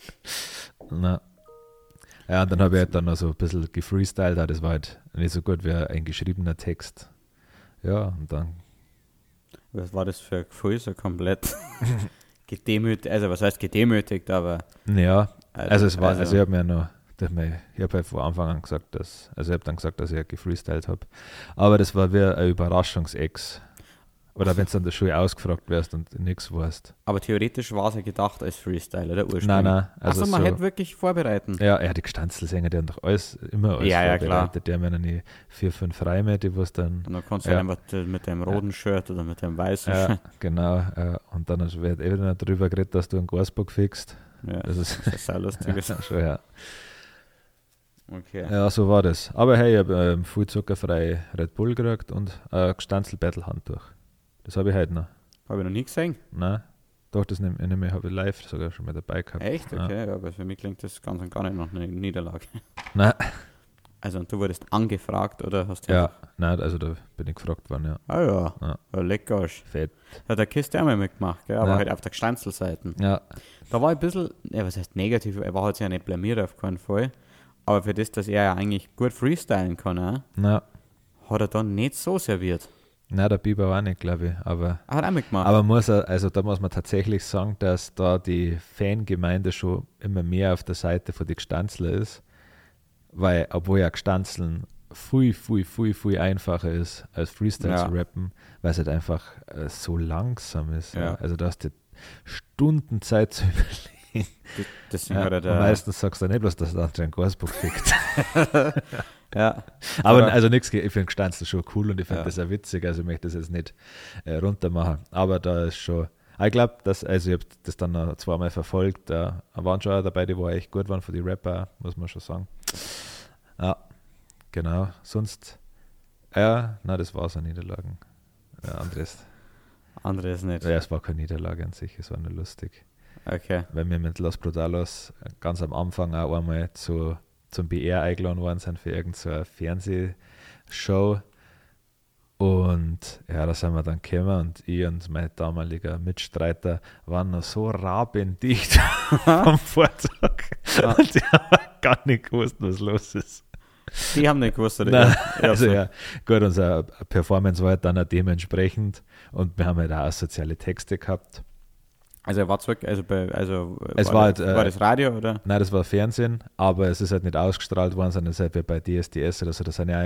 Na. Ja, und dann habe ich halt dann noch so ein bisschen gefreestylt, aber das war halt nicht so gut wie ein geschriebener Text. Ja, und dann, Was war das für ein Gefühl, so komplett gedemütigt, also was heißt gedemütigt, aber ja, also, also es war, also ich habe mir noch, dass mir, ich habe halt von Anfang an gesagt, dass, also ich habe dann gesagt, dass ich gefreestylt habe. Aber das war wie ein Überraschungsex. Oder wenn du an der Schule ausgefragt wirst und nichts weißt. aber theoretisch war es ja gedacht als Freestyle, oder ursprünglich? Nein, nein. Also Also man so, hätte wirklich vorbereiten. ja, ja, die Gestanzelsänger, die haben doch alles, immer alles Ja, ja, klar. vorbereitet. Die haben ja noch nie vier, fünf Reime, die was dann, Und dann kannst du Ja. halt einfach äh, mit dem roten Shirt oder mit dem weißen ja, Shirt. genau, äh, und dann wird eben noch drüber geredet, dass du einen Gasbock fickst. Ja, Das das ist, ist sehr lustig. ja, schon, ja. Okay. Ja, so war das. Aber hey, ich habe ähm, viel zuckerfrei Red Bull gekriegt und ein Gestanzel-Battle-Handtuch. Das habe ich heute noch. Habe ich noch nie gesehen. Nein, doch, das nehme nehm ich habe ich live sogar schon mal dabei gehabt. Echt? Ja. Okay, ja, aber für mich klingt das ganz und gar nicht nach einer Niederlage. Nein, Also und du wurdest angefragt, oder hast du ja, einfach- nein, also da bin ich gefragt worden, ja. Ah ja, Ja. ja. Lecker. Fett. Hat der Kiste auch mal mitgemacht, gell? aber Ja. halt auf der Gestanzelseite. Ja, Da war ich ein bisschen, ja, was heißt negativ, er war halt ja nicht blamiert auf keinen Fall. Aber für das, dass er ja eigentlich gut freestylen kann, auch, na, hat er dann nicht so serviert. nein, der Biber war nicht, glaube ich, aber Er hat auch mitgemacht. Aber muss er, also da muss man tatsächlich sagen, dass da die Fangemeinde schon immer mehr auf der Seite von den Gestanzler ist, weil, obwohl ja Gestanzeln viel, viel, viel, viel einfacher ist, als Freestyle Ja. zu rappen, weil es halt einfach äh, so langsam ist. Ja. Ja. Also da hast du Stunden Zeit zu überlegen. Das- Deswegen Ja, hat er und da, meistens sagst du nicht bloß, dass der andere ein Gasbock fickt. ja, Aber Oder- also nichts, ich finde Gestanzel schon cool und ich finde Ja. das auch witzig, also ich möchte das jetzt nicht äh, runter machen. Aber da ist schon, ich glaube, dass, also ich habe das dann noch zweimal verfolgt, da waren schon auch dabei, die war echt gut waren für die Rapper, muss man schon sagen. Ja, genau. Sonst, ja, nein, das war es an Niederlagen. Ja, anderes. anderes nicht. Ja, es war keine Niederlage an sich, es war nur lustig. Okay. Weil wir mit Los Brutalos ganz am Anfang auch einmal zu, zum B R eingeladen worden sind für irgendeine Fernsehshow. Und ja, da sind wir dann gekommen und ich und mein damaliger Mitstreiter waren noch so rabendicht vom Vortag. Ja. Und die haben gar nicht gewusst, was los ist. Die haben nicht gewusst, oder? Nein, Ja, also so. ja, gut, unsere Performance war halt dann auch dementsprechend und wir haben halt auch soziale Texte gehabt. Also er war zurück, also bei, also Es war, war das, halt, äh, war das Radio, oder? Nein, das war Fernsehen, aber es ist halt nicht ausgestrahlt worden, sondern es ist halt wie bei D S D S oder so, da sind ja auch immer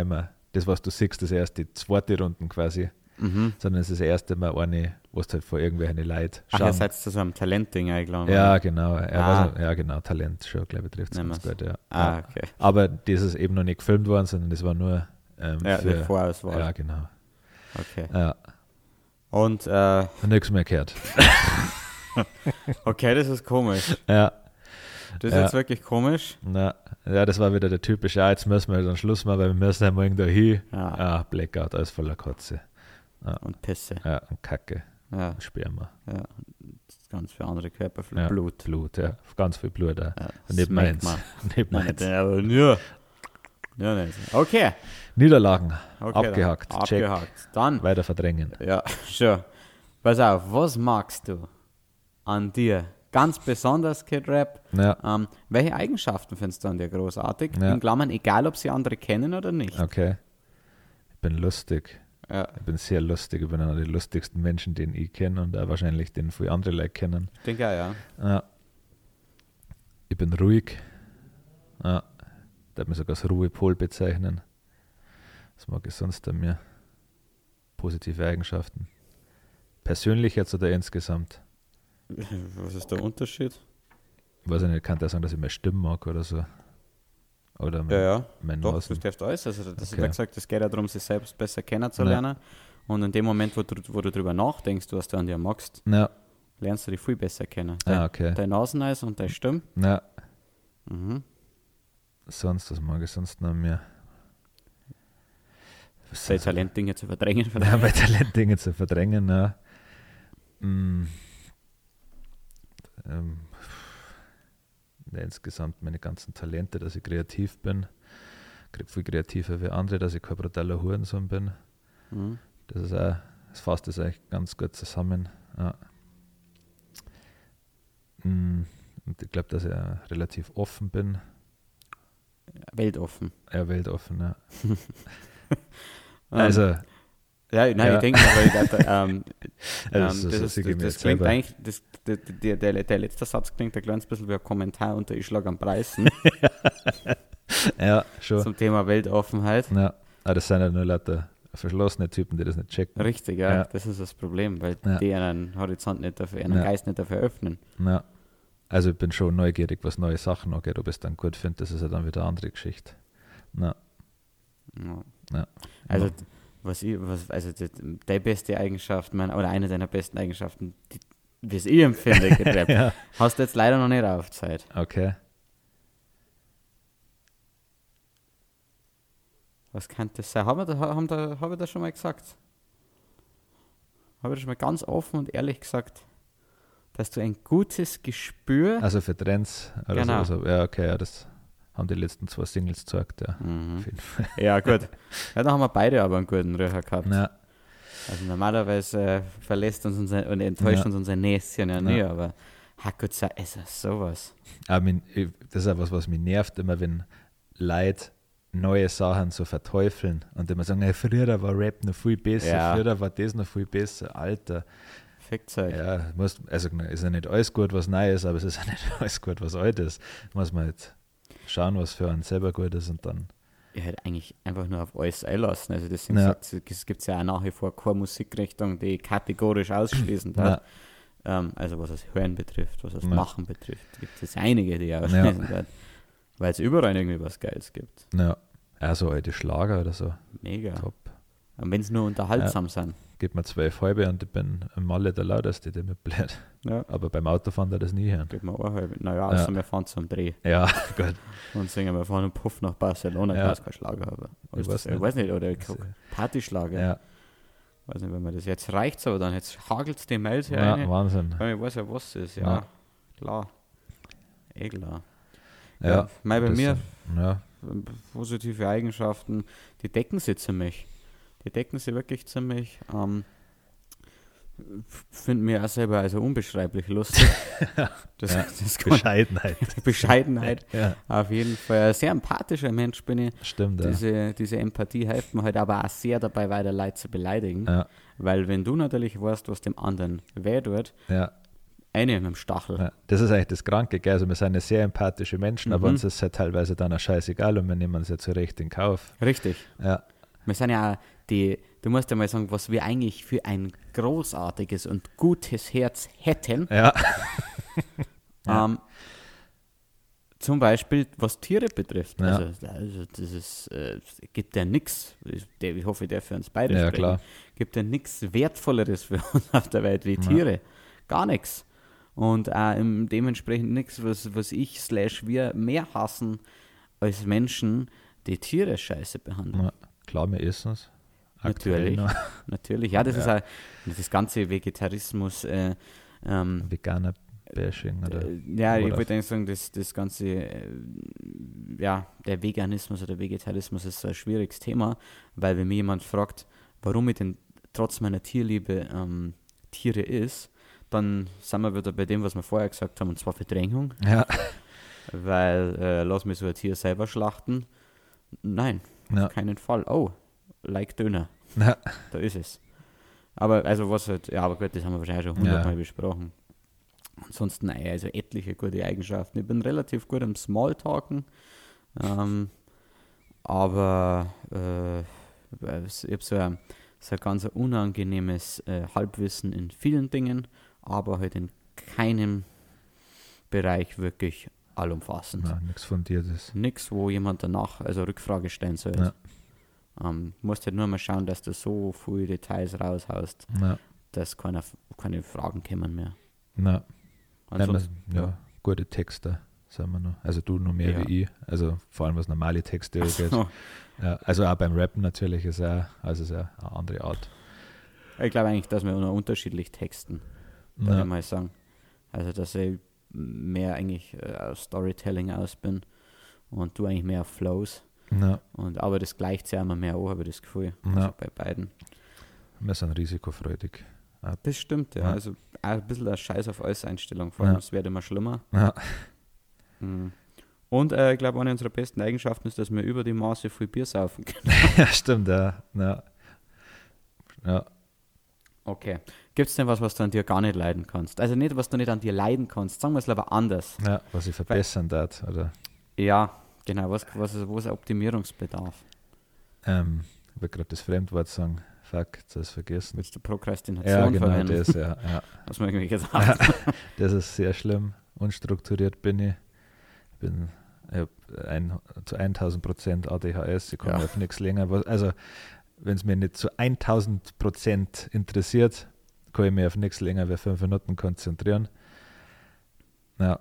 das, was du siehst, das erst die zweite Runde quasi, Mhm. sondern es ist das erste Mal eine, wo du halt vor irgendwelchen Leuten Ach, schauen. ihr seid zu so einem Talentding eingeladen. Ja, oder? genau. Er Ah. war so, ja, genau, Talent schon, glaube ich, trifft es ganz Nehmen gut, ja. Ah, ja. okay. Aber das ist eben noch nicht gefilmt worden, sondern das war nur ähm, Ja, die für... Vorauswahl. Ja, genau. Okay. Ja, Und, äh, nichts mehr gehört. okay, das ist komisch. Ja, Das ist Ja. jetzt wirklich komisch. na, ja, das war wieder der typische, ja, jetzt müssen wir dann Schluss machen, weil wir müssen ja morgen da hin. Ja. Ah, Blackout, alles voller Kotze. Und Pisse. Ja, und Kacke, Ja, und Sperma, ja. Das ist ganz für andere Körper, viel Ja. Blut. Blut, ja, ganz viel Blut. Ja. Ja, Und nicht merkt meins. man. Nicht Nein, meins. aber ja. Ja, nicht. Okay. Niederlagen, okay abgehakt, dann. check, Abgehakt. Dann, weiter verdrängen. ja, schon. Pass auf, was magst du an dir? Ganz besonders, Kid Rap. Ja, Ähm, welche Eigenschaften findest du an dir großartig? Ja. In Klammern, egal ob sie andere kennen oder nicht. okay. Ich bin lustig. Ja, Ich bin sehr lustig. Ich bin einer der lustigsten Menschen, den ich kenne und auch wahrscheinlich den viele andere Leute kennen. ich denke auch, ja. Ja. Ich bin ruhig. Ja. Darf mich sogar als Ruhepol bezeichnen. Was mag ich sonst an mir? Positive Eigenschaften. Persönlich jetzt oder insgesamt? Was ist der Unterschied? Ich weiß nicht, kann der sagen, dass ich meine Stimme mag oder so. Oder mein, Ja, ja. mein Doch, Nasen. das darfst alles. Also, das Okay. ist, wie gesagt, es geht ja darum, sich selbst besser kennenzulernen. Und in dem Moment, wo du, wo du drüber nachdenkst, was du an dir magst, Ja, lernst du dich viel besser kennen. ah, Dein, okay. dein Naseneis und deine Stimme. Ja, Mhm. sonst, was mag ich sonst noch an mir? Was Dein ist- Talent, Dinge zu verdrängen. Ja, mein Talent, Dinge zu verdrängen, ja. Mm. Ähm, ja, insgesamt meine ganzen Talente, dass ich kreativ bin. Kre- Viel kreativer wie andere, dass ich kein brutaler Hurensohn bin. Mhm. Das ist auch, das fasst das eigentlich ganz gut zusammen. Ja. Mm. Und ich glaube, dass ich auch relativ offen bin. Weltoffen. Ja, weltoffen, ja. Ähm, Also, Ja, nein, Ja. ich denke, weil ich dachte, ähm, Also ähm, das das, ist- ist, das sehe ich das, mir das jetzt klingt selber. eigentlich, das, der, der, der, der, der letzte Satz klingt ein kleines bisschen wie ein Kommentar unter Ich schlag am Preisen ja, schon. zum Thema Weltoffenheit. Ja, aber das sind ja nur lauter verschlossene Typen, die das nicht checken. Richtig, ja, Ja. das ist das Problem, weil Ja. die ihren Horizont nicht dafür, ihren Ja. Geist nicht dafür öffnen. Ja. Also ich bin schon neugierig, was neue Sachen angeht. Ob ich es dann gut finde, das ist ja dann wieder eine andere Geschichte. Ja. Ja. Ja. Also, Ja. was ich, was, also die, die beste Eigenschaft, mein, oder eine deiner besten Eigenschaften, die, wie es ich empfinde, Rap, Ja, hast du jetzt leider noch nicht aufgezeigt. okay. Was könnte das sein? Haben wir da, haben da, habe ich das schon mal gesagt? Habe ich das schon mal ganz offen und ehrlich gesagt, dass du ein gutes Gespür... Also für Trends oder Genau. so. Ja, okay, ja, das haben die letzten zwei Singles gezeigt, ja. Mhm. Auf jeden Fall. Ja, gut. Ja, da haben wir beide aber einen guten Röcher gehabt. Ja, Also normalerweise äh, verlässt uns unser, und enttäuscht Ja. uns unser Näschen ja Ja. nie, aber hat Gott sei ist das sowas. aber mein, ich- das ist auch was, was mich nervt, immer wenn Leute neue Sachen so verteufeln und immer sagen, hey, früher war Rap noch viel besser, Ja. früher war das noch viel besser, Alter. Fickzeug. Ja, muss, also ist ja nicht alles gut, was neu ist, aber es ist ja nicht alles gut, was alt ist. Muss man halt schauen, was für einen selber gut ist und dann. Ich hätte eigentlich einfach nur auf alles einlassen. Also deswegen Ja. sagt, es gibt ja auch nach wie vor keine Musikrichtung, die kategorisch ausschließen Ja. darf. Ähm, also was das Hören betrifft, was das Ja. Machen betrifft, gibt es einige, die ausschließen ja. Weil es überall irgendwie was Geiles gibt. Ja, also alte Schlager oder so. Mega. Top. Und wenn es nur unterhaltsam sind. Gib mir zwölf halbe und ich bin im Malle der lauteste, der mir blöd. Ja. Aber beim Autofahren da das nie hören. Gibt mir auch halb. Naja, Ja. außer wir fahren zum Dreh Ja, gut. und singen, wir fahren einen Puff nach Barcelona, Ja. ja. kein Schlager haben. Ich Ich, weiß ich nicht. weiß nicht, oder Das, äh, Partyschlager. Ja, Weiß nicht, wenn man das jetzt reicht so, dann jetzt hagelt es die Mails hier ja rein. Wahnsinn. Weil ich weiß ja, was es ist. Ja, Ja. klar. Eh klar. Ja, Ja, mal bei das mir sind- Ja, ähm, positive Eigenschaften, die decken sie ziemlich. Die decken sie wirklich ziemlich. Ähm, Finde mir auch selber also unbeschreiblich lustig. Das, Ja. das kann, Bescheidenheit. Bescheidenheit. Ja, Auf jeden Fall. Ein sehr empathischer Mensch bin ich. stimmt. Ja. Diese, diese Empathie hilft mir halt aber auch sehr dabei, weiter Leute zu beleidigen. Ja, Weil wenn du natürlich weißt, was dem anderen weh tut, ja, eine mit dem Stachel. ja. Das ist eigentlich das Kranke, gell? Also wir sind ja sehr empathische Menschen, aber Mhm. uns ist halt teilweise dann auch scheißegal und wir nehmen es ja zurecht in Kauf. Richtig. Ja, Wir sind ja auch die, du musst ja mal sagen, was wir eigentlich für ein großartiges und gutes Herz hätten. Ja. ja. Ähm, zum Beispiel, was Tiere betrifft. Ja. Also, also das ist, äh, gibt ja nichts, ich hoffe, der für uns beide Ja, sprechen, klar. gibt ja nichts Wertvolleres für uns auf der Welt wie Tiere. Ja. Gar nichts. Und auch im, dementsprechend nichts, was, was ich slash wir mehr hassen als Menschen, die Tiere scheiße behandeln. Ja, klar, wir essen es. Natürlich, natürlich. Ja, das ja. ist auch das ganze Vegetarismus. Äh, ähm, Veganer Bashing oder? Äh, ja, ich wollte eigentlich sagen, das, das ganze, äh, ja, der Veganismus oder Vegetarismus ist so ein schwieriges Thema, weil wenn mir jemand fragt, warum ich denn trotz meiner Tierliebe ähm, Tiere isst, dann sind wir wieder bei dem, was wir vorher gesagt haben, und zwar Verdrängung. Ja. Weil, äh, lass mich so ein Tier selber schlachten. Nein, ja. auf keinen Fall. Oh, like Döner. Ja. Da ist es. Aber, also was halt, ja, aber gut, das haben wir wahrscheinlich schon hundertmal ja. besprochen. Ansonsten, naja, also etliche gute Eigenschaften. Ich bin relativ gut im Smalltalken, ähm, aber äh, ich habe so ein, so ein ganz unangenehmes äh, Halbwissen in vielen Dingen, aber halt in keinem Bereich wirklich allumfassend. Ja, nichts Fundiertes. Nichts, wo jemand danach also Rückfrage stellen soll. Ja. Ähm, musst halt nur mal schauen, dass du so viele Details raushaust, ja. dass keine, keine Fragen kommen mehr. Ja. Ansonsten, ja, ja, gute Texte, sagen wir noch. Also du noch mehr ja. wie ich. Also vor allem was normale Texte angeht. So. Ja, also auch beim Rappen natürlich ist auch, also ist auch eine andere Art. Ich glaube eigentlich, dass wir noch unterschiedlich texten, würde ja. ich mal sagen. Also dass ich mehr eigentlich äh, aus Storytelling aus bin und du eigentlich mehr auf Flows. Ja. Und, aber das gleicht sich immer mehr an, habe ich das Gefühl. Ja. Also bei beiden. Wir sind risikofreudig. Das stimmt, ja. ja. Also auch ein bisschen eine Scheiß auf alles Einstellung, vor allem ja. es wird immer schlimmer. Ja. Mhm. Und äh, ich glaube, eine unserer besten Eigenschaften ist, dass wir über die Maße viel Bier saufen können. Ja, stimmt, ja. Ja. ja. Okay. Gibt es denn was, was du an dir gar nicht leiden kannst? Also nicht, was du nicht an dir leiden kannst, sagen wir es aber anders. Ja, was ich verbessern darf, oder? Ja, genau. Was, was ist, wo ist Optimierungsbedarf? Ähm, ich will gerade das Fremdwort sagen. Fuck, das ist vergessen. Willst du Prokrastination ja, genau, verwenden? das, ja, ja. Hast du mir irgendwie gesagt. Ja, das ist sehr schlimm. Unstrukturiert bin ich. Ich bin ich hab ein, zu tausend Prozent A D H S. Ich kann ja. auf nichts länger. Also, wenn es mir nicht zu tausend Prozent interessiert, kann ich mich auf nichts länger als fünf Minuten konzentrieren. Ja.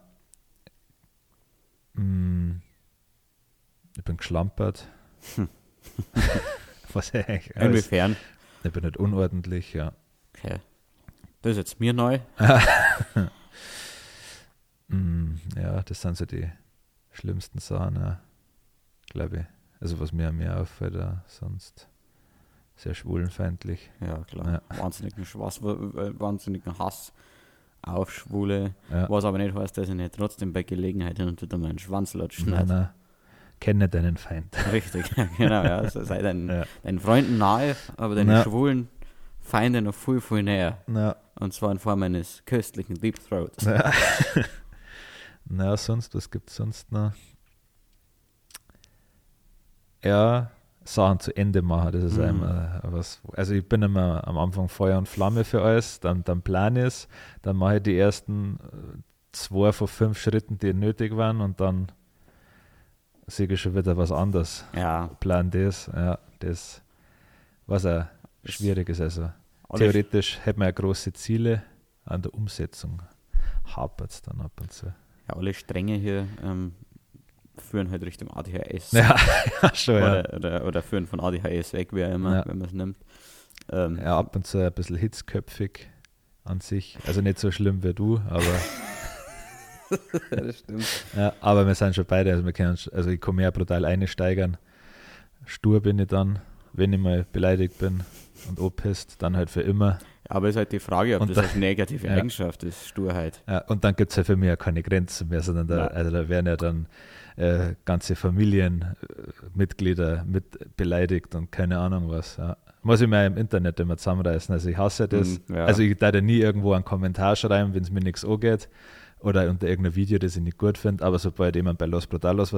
Hm. Ich bin geschlampert. Hm. Was eigentlich Inwiefern? Ich bin nicht unordentlich, ja. Okay. Das ist jetzt mir neu. mm, ja, das sind so die schlimmsten Sachen, ja, glaube ich. Also was mir an mir auffällt, ja, sonst sehr schwulenfeindlich. Ja, klar. Ja. Wahnsinnigen, Schwass, wahnsinnigen Hass auf Schwule. Ja. Was aber nicht heißt, dass ich nicht trotzdem bei Gelegenheit hin und wieder meinen Schwanz lutschen. Nein, nein. Kenne deinen Feind. Richtig, genau, ja. Also sei deinen, ja. deinen Freunden nahe, aber deinen ja. schwulen Feinden noch viel, viel näher. Ja. Und zwar in Form eines köstlichen Deep Throats. Ja. Na, sonst, was gibt es sonst noch? Ja, Sachen zu Ende machen, das ist mhm. einmal was. Also ich bin immer am Anfang Feuer und Flamme für alles, dann, dann plane ich es, dann mache ich die ersten zwei von fünf Schritten, die nötig waren, und dann sehe ich schon wieder was anderes. Ja. Plan das, ja, das, was auch schwierig ist. Also theoretisch hätte man ja große Ziele, an der Umsetzung hapert es dann ab und zu. Ja, alle Stränge hier ähm, führen halt Richtung A D H S. Ja, ja schon, oder, ja. Oder, oder führen von A D H S weg, wie auch immer, ja. wenn man es nimmt. Ähm, ja, ab und zu ein bisschen hitzköpfig an sich. Also nicht so schlimm wie du, aber... Ja, das stimmt. Ja, aber wir sind schon beide, also wir können, also ich kann mehr brutal einsteigern. Stur bin ich dann, wenn ich mal beleidigt bin und angepisst, dann halt für immer. Ja, aber es ist halt die Frage, ob und das da, eine negative ja. Eigenschaft ist, Sturheit. Ja, und dann gibt es ja für mich ja keine Grenzen mehr, sondern da, also da werden ja dann äh, ganze Familienmitglieder mit beleidigt und keine Ahnung was. Ja. Muss ich mir im Internet immer zusammenreißen. Also ich hasse das. Mm, ja. Also ich darf ja nie irgendwo einen Kommentar schreiben, wenn es mir nichts angeht. Oder unter irgendeinem Video, das ich nicht gut finde, aber sobald jemand bei Los Brutalos was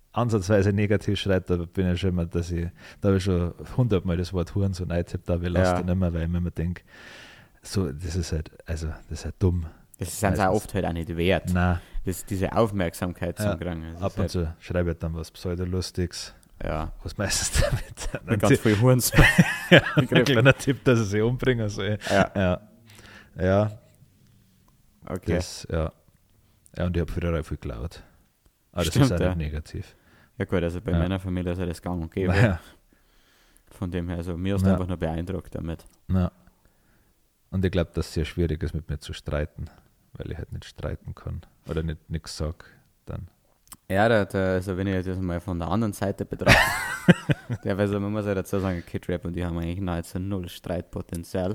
ansatzweise negativ schreit, da bin ich schon immer, dass ich, da habe ich schon hundertmal das Wort Huren so reintippt, aber ich lasse Ja. den immer, weil ich mir immer denke, so, das ist halt, also, das ist halt dumm. Das ist uns auch oft halt auch nicht wert, Nein, das, diese Aufmerksamkeit Ja, zu kriegen. Das ab ist und halt, zu schreibe ich dann was Pseudolustiges, ja, was meistens damit mit ganz viel Huren. ja, ein kleiner Tipp, dass ich sie umbringen soll. Ja, Ja, ja, okay. das, ja. Ja, und ich habe früher auch viel geklaut. Aber das Stimmt, ist auch ja. nicht negativ. Ja gut, also bei Ja. meiner Familie ist ja das gang und gäbe. Ja, Von dem her, also mir ist Ja. einfach nur beeindruckt damit. ja. Und ich glaube, dass es sehr schwierig ist, mit mir zu streiten, weil ich halt nicht streiten kann oder nicht nichts sage. Dann. Ja, da, da, also wenn ich das mal von der anderen Seite betrachte, der, also man muss ja dazu sagen, Kid Rap und die haben eigentlich nahezu null Streitpotenzial.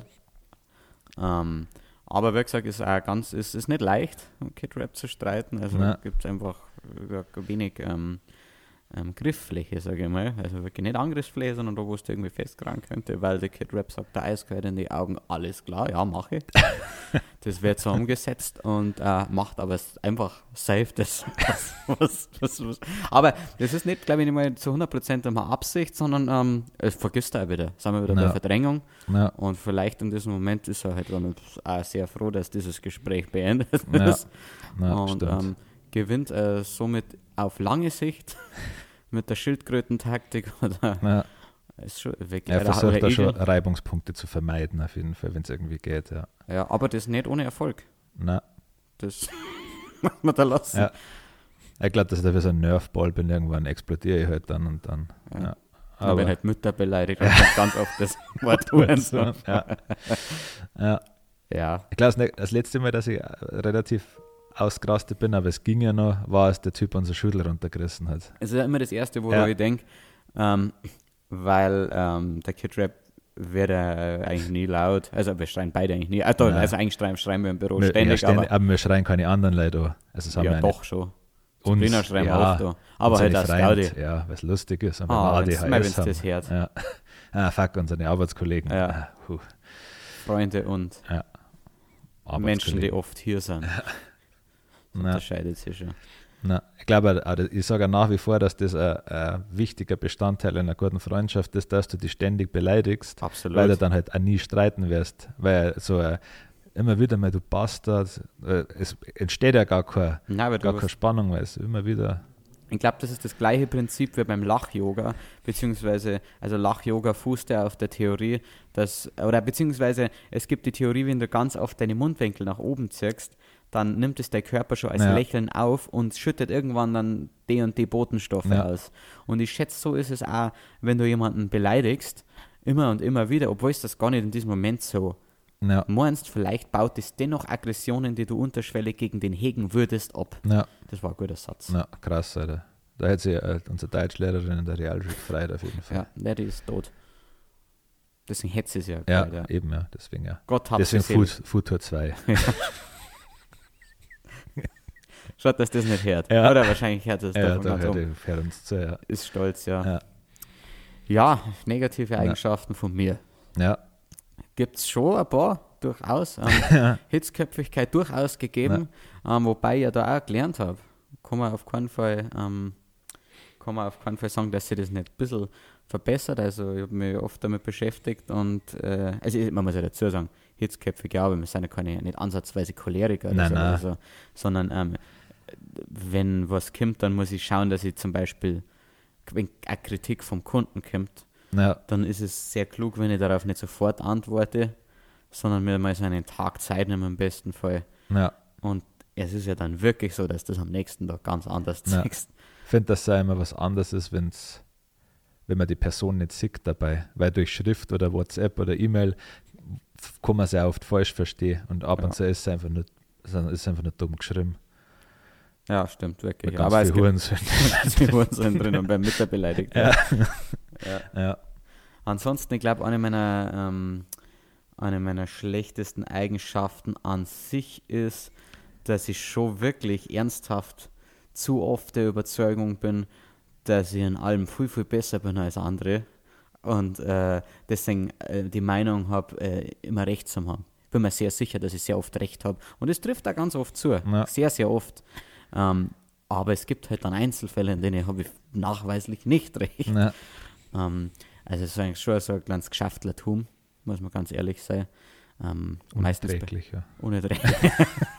Ähm, aber wie gesagt, ist auch ganz, ist, ist nicht leicht, um Kid Rap zu streiten. Also Ja. gibt es einfach äh, wenig ähm, ähm, Grifffläche, sage ich mal. Also wirklich nicht Angriffsfläche, sondern da, wo es irgendwie festkragen könnte, weil der Kid Rap sagt, der Eisgehört in die Augen, alles klar, ja, mache ich. Das wird so umgesetzt und äh, macht aber s- einfach safe das. Was, was, was, was. Aber das ist nicht, glaube ich, nicht mal zu hundert Prozent immer Absicht, sondern ähm, es vergisst er auch wieder. Sind wir wieder Ja. bei Verdrängung. Ja, Und vielleicht in diesem Moment ist er halt dann auch sehr froh, dass dieses Gespräch beendet Ja. ist. ja und stimmt. ähm, gewinnt äh, somit auf lange Sicht mit der Schildkrötentaktik oder ja. ist schon wirklich Er oder- versucht oder da schon Igel. Reibungspunkte zu vermeiden, auf jeden Fall, wenn es irgendwie geht. Ja. Ja, aber das nicht ohne Erfolg. Na, Das muss man da lassen. Ja. ich glaube, dass ich dafür so ein Nerfball bin, irgendwann explodiere ich halt dann und dann. Ja. Ja. Aber wenn halt Mütter beleidigt, dann kommt ganz oft das Wort Hurensohn. ja. ja. Ja, Ich glaube, das letzte Mal, dass ich äh, relativ ausgerastet bin, aber es ging ja noch, war, als der Typ unsere Schüler runtergerissen hat. es ist ja immer das Erste, woran Ja. ich denke, ähm, weil ähm, der Kid Rap wird äh, eigentlich nie laut. Also wir schreien beide eigentlich nie. Äh, doch, Nein. also eigentlich schreien, schreien wir im Büro Wir, ständig, ja, ständig aber aber wir schreien keine anderen Leute an. Also das haben ja wir doch schon. Uns, Sabrina schreien wir ja, oft an. Aber unsere halt aus Freunde, Gaudi. Ja, weil es lustig ist. Und Ah, wenn wir wenn's- A D mal, H wenn's S haben. das hört. Ja. Ah, fuck, unsere Arbeitskollegen. Ja. Ah, puh. Freunde und Menschen, die Arbeitskollegen. oft hier sind. Das Na, unterscheidet sich schon. na, ich glaube, auch, ich sage auch nach wie vor, dass das ein, ein wichtiger Bestandteil einer guten Freundschaft ist, dass du dich ständig beleidigst, Absolut. weil du dann halt auch nie streiten wirst. Weil so äh, immer wieder mal, du Bastard, äh, es entsteht ja gar, kein, Nein, aber du gar hast- keine Spannung, weil es immer wieder. Ich glaube, das ist das gleiche Prinzip wie beim Lach-Yoga, beziehungsweise, also Lach-Yoga fußt ja auf der Theorie, dass, oder beziehungsweise es gibt die Theorie, wenn du ganz oft deine Mundwinkel nach oben ziehst, dann nimmt es dein Körper schon als Ja. Lächeln auf und schüttet irgendwann dann die und die Botenstoffe Ja. aus. Und ich schätze, so ist es auch, wenn du jemanden beleidigst, immer und immer wieder, obwohl es das gar nicht in diesem Moment so Ja, meinst, vielleicht baut es dennoch Aggressionen, die du unterschwellig gegen den hegen würdest, ab. ja, Das war ein guter Satz. ja, krass, Alter. Da hätte sich äh, unsere Deutschlehrerin in der Realschule gefreut, auf jeden Fall. Ja, der die ist tot. Deswegen hätte sie es ja. Ja, gefreut, eben, ja, deswegen ja. Gott hat Deswegen sie Food, selig. Futur zwei. Schaut, dass das nicht hört. Ja. Oder wahrscheinlich hört es Ja, davon da ganz hört um. ich hört uns zu, ja. Ist stolz, ja. Ja. Ja, negative Eigenschaften von mir. Ja, Gibt es schon ein paar, durchaus. Ähm, Hitzköpfigkeit durchaus gegeben, ähm, wobei ich ja da auch gelernt habe. Kann man auf keinen Fall, ähm, kann man auf keinen Fall sagen, dass sich das nicht ein bisschen verbessert. Also ich habe mich oft damit beschäftigt und äh, also ich- man muss ja dazu sagen, hitzköpfig, ja, aber wir sind ja keine nicht ansatzweise Choleriker oder Nein, so, nein. oder so, sondern ähm, wenn was kommt, dann muss ich schauen, dass ich zum Beispiel, wenn eine Kritik vom Kunden kommt, ja, dann ist es sehr klug, wenn ich darauf nicht sofort antworte, sondern mir mal so einen Tag Zeit nehme im besten Fall. ja. Und es ist ja dann wirklich so, dass du das am nächsten Tag ganz anders Ja. zeigst. Ich finde, dass es auch immer was anderes ist, wenn's, wenn man die Person nicht sieht dabei. Weil durch Schrift oder WhatsApp oder E-Mail f- kann man es ja oft falsch verstehen. Und ab Ja. und zu ist es einfach nicht, ist es einfach nicht dumm geschrieben. Ja, stimmt, wirklich. Mit Ja, ganz aber es viel gibt Hurensöhne. ganz viel Unsinn drin und beim Mittag beleidigt. Ja. Ja. Ja, Ansonsten, ich glaube, eine meiner, ähm, eine meiner schlechtesten Eigenschaften an sich ist, dass ich schon wirklich ernsthaft zu oft der Überzeugung bin, dass ich in allem viel, viel besser bin als andere und äh, deswegen äh, die Meinung habe, äh, immer recht zu haben. Ich bin mir sehr sicher, dass ich sehr oft recht habe und es trifft da ganz oft zu, Ja. sehr, sehr oft. Ähm, aber es gibt halt dann Einzelfälle, in denen habe ich nachweislich nicht recht. Ja. Ähm, also es ist eigentlich schon so ein kleines Geschäftlertum, muss man ganz ehrlich sein. Ähm, Unerträglich, ja. Unerträglich.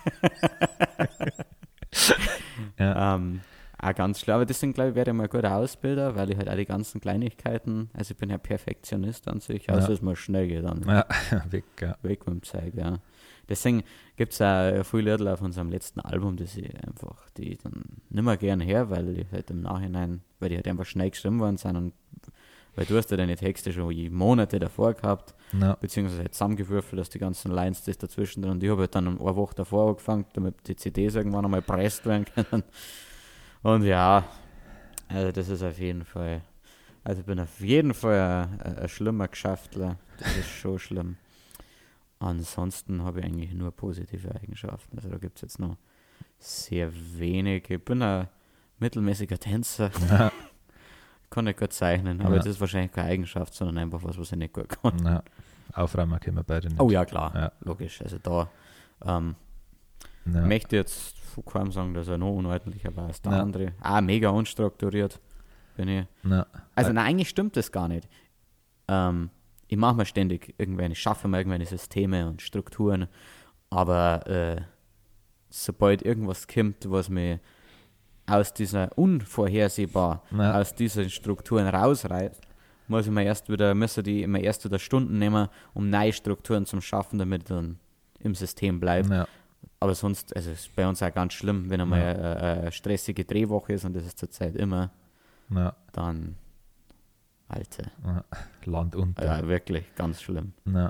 Ja. ähm, auch ganz schlau, aber deswegen glaube ich, werde ich mal ein guter Ausbilder, weil ich halt auch die ganzen Kleinigkeiten, also ich bin ja Perfektionist an sich, außer Ja. dass man schnell geht dann. Ja, weg, ja. Weg mit dem Zeug, ja. Deswegen gibt es auch viele Lieder auf unserem letzten Album, die ich einfach, die ich dann nicht mehr gern her, weil die halt im Nachhinein, weil die halt einfach schnell geschrieben worden sind und weil du hast ja deine Texte schon Monate davor gehabt, Ja. beziehungsweise halt zusammengewürfelt, dass die ganzen Lines das dazwischen drin, und ich habe halt dann eine Woche davor angefangen, damit die C Ds irgendwann einmal presst werden können. Und ja, also das ist auf jeden Fall, also ich bin auf jeden Fall ein, ein, ein schlimmer Geschäftler, das ist schon schlimm. Ansonsten habe ich eigentlich nur positive Eigenschaften. Also da gibt es jetzt noch sehr wenig. Ich bin ein mittelmäßiger Tänzer. Ja. Ich kann nicht gut zeichnen, aber Ja. das ist wahrscheinlich keine Eigenschaft, sondern einfach was, was ich nicht gut kann. Ja. Aufräumen können wir beide nicht. Oh ja, klar, Ja. logisch. Also da ähm, Ja. möchte ich jetzt von keinem sagen, dass er noch unordentlicher war als der Ja. andere. Ah, mega unstrukturiert bin ich. Ja. Also nein, eigentlich stimmt das gar nicht. Ähm, ich mache mir ständig irgendwelche, ich schaffe mir irgendwelche Systeme und Strukturen, aber äh, sobald irgendwas kommt, was mir aus dieser unvorhersehbar, Ja. aus diesen Strukturen rausreißt, muss ich mir erst wieder, müssen die immer erst wieder Stunden nehmen, um neue Strukturen zu schaffen, damit ich dann im System bleibe. Ja. Aber sonst, also es ist bei uns auch ganz schlimm, wenn einmal Ja. eine, eine stressige Drehwoche ist, und das ist zurzeit immer, Ja. dann, Alter, Ja. Land unter. ja, wirklich ganz schlimm. Ja.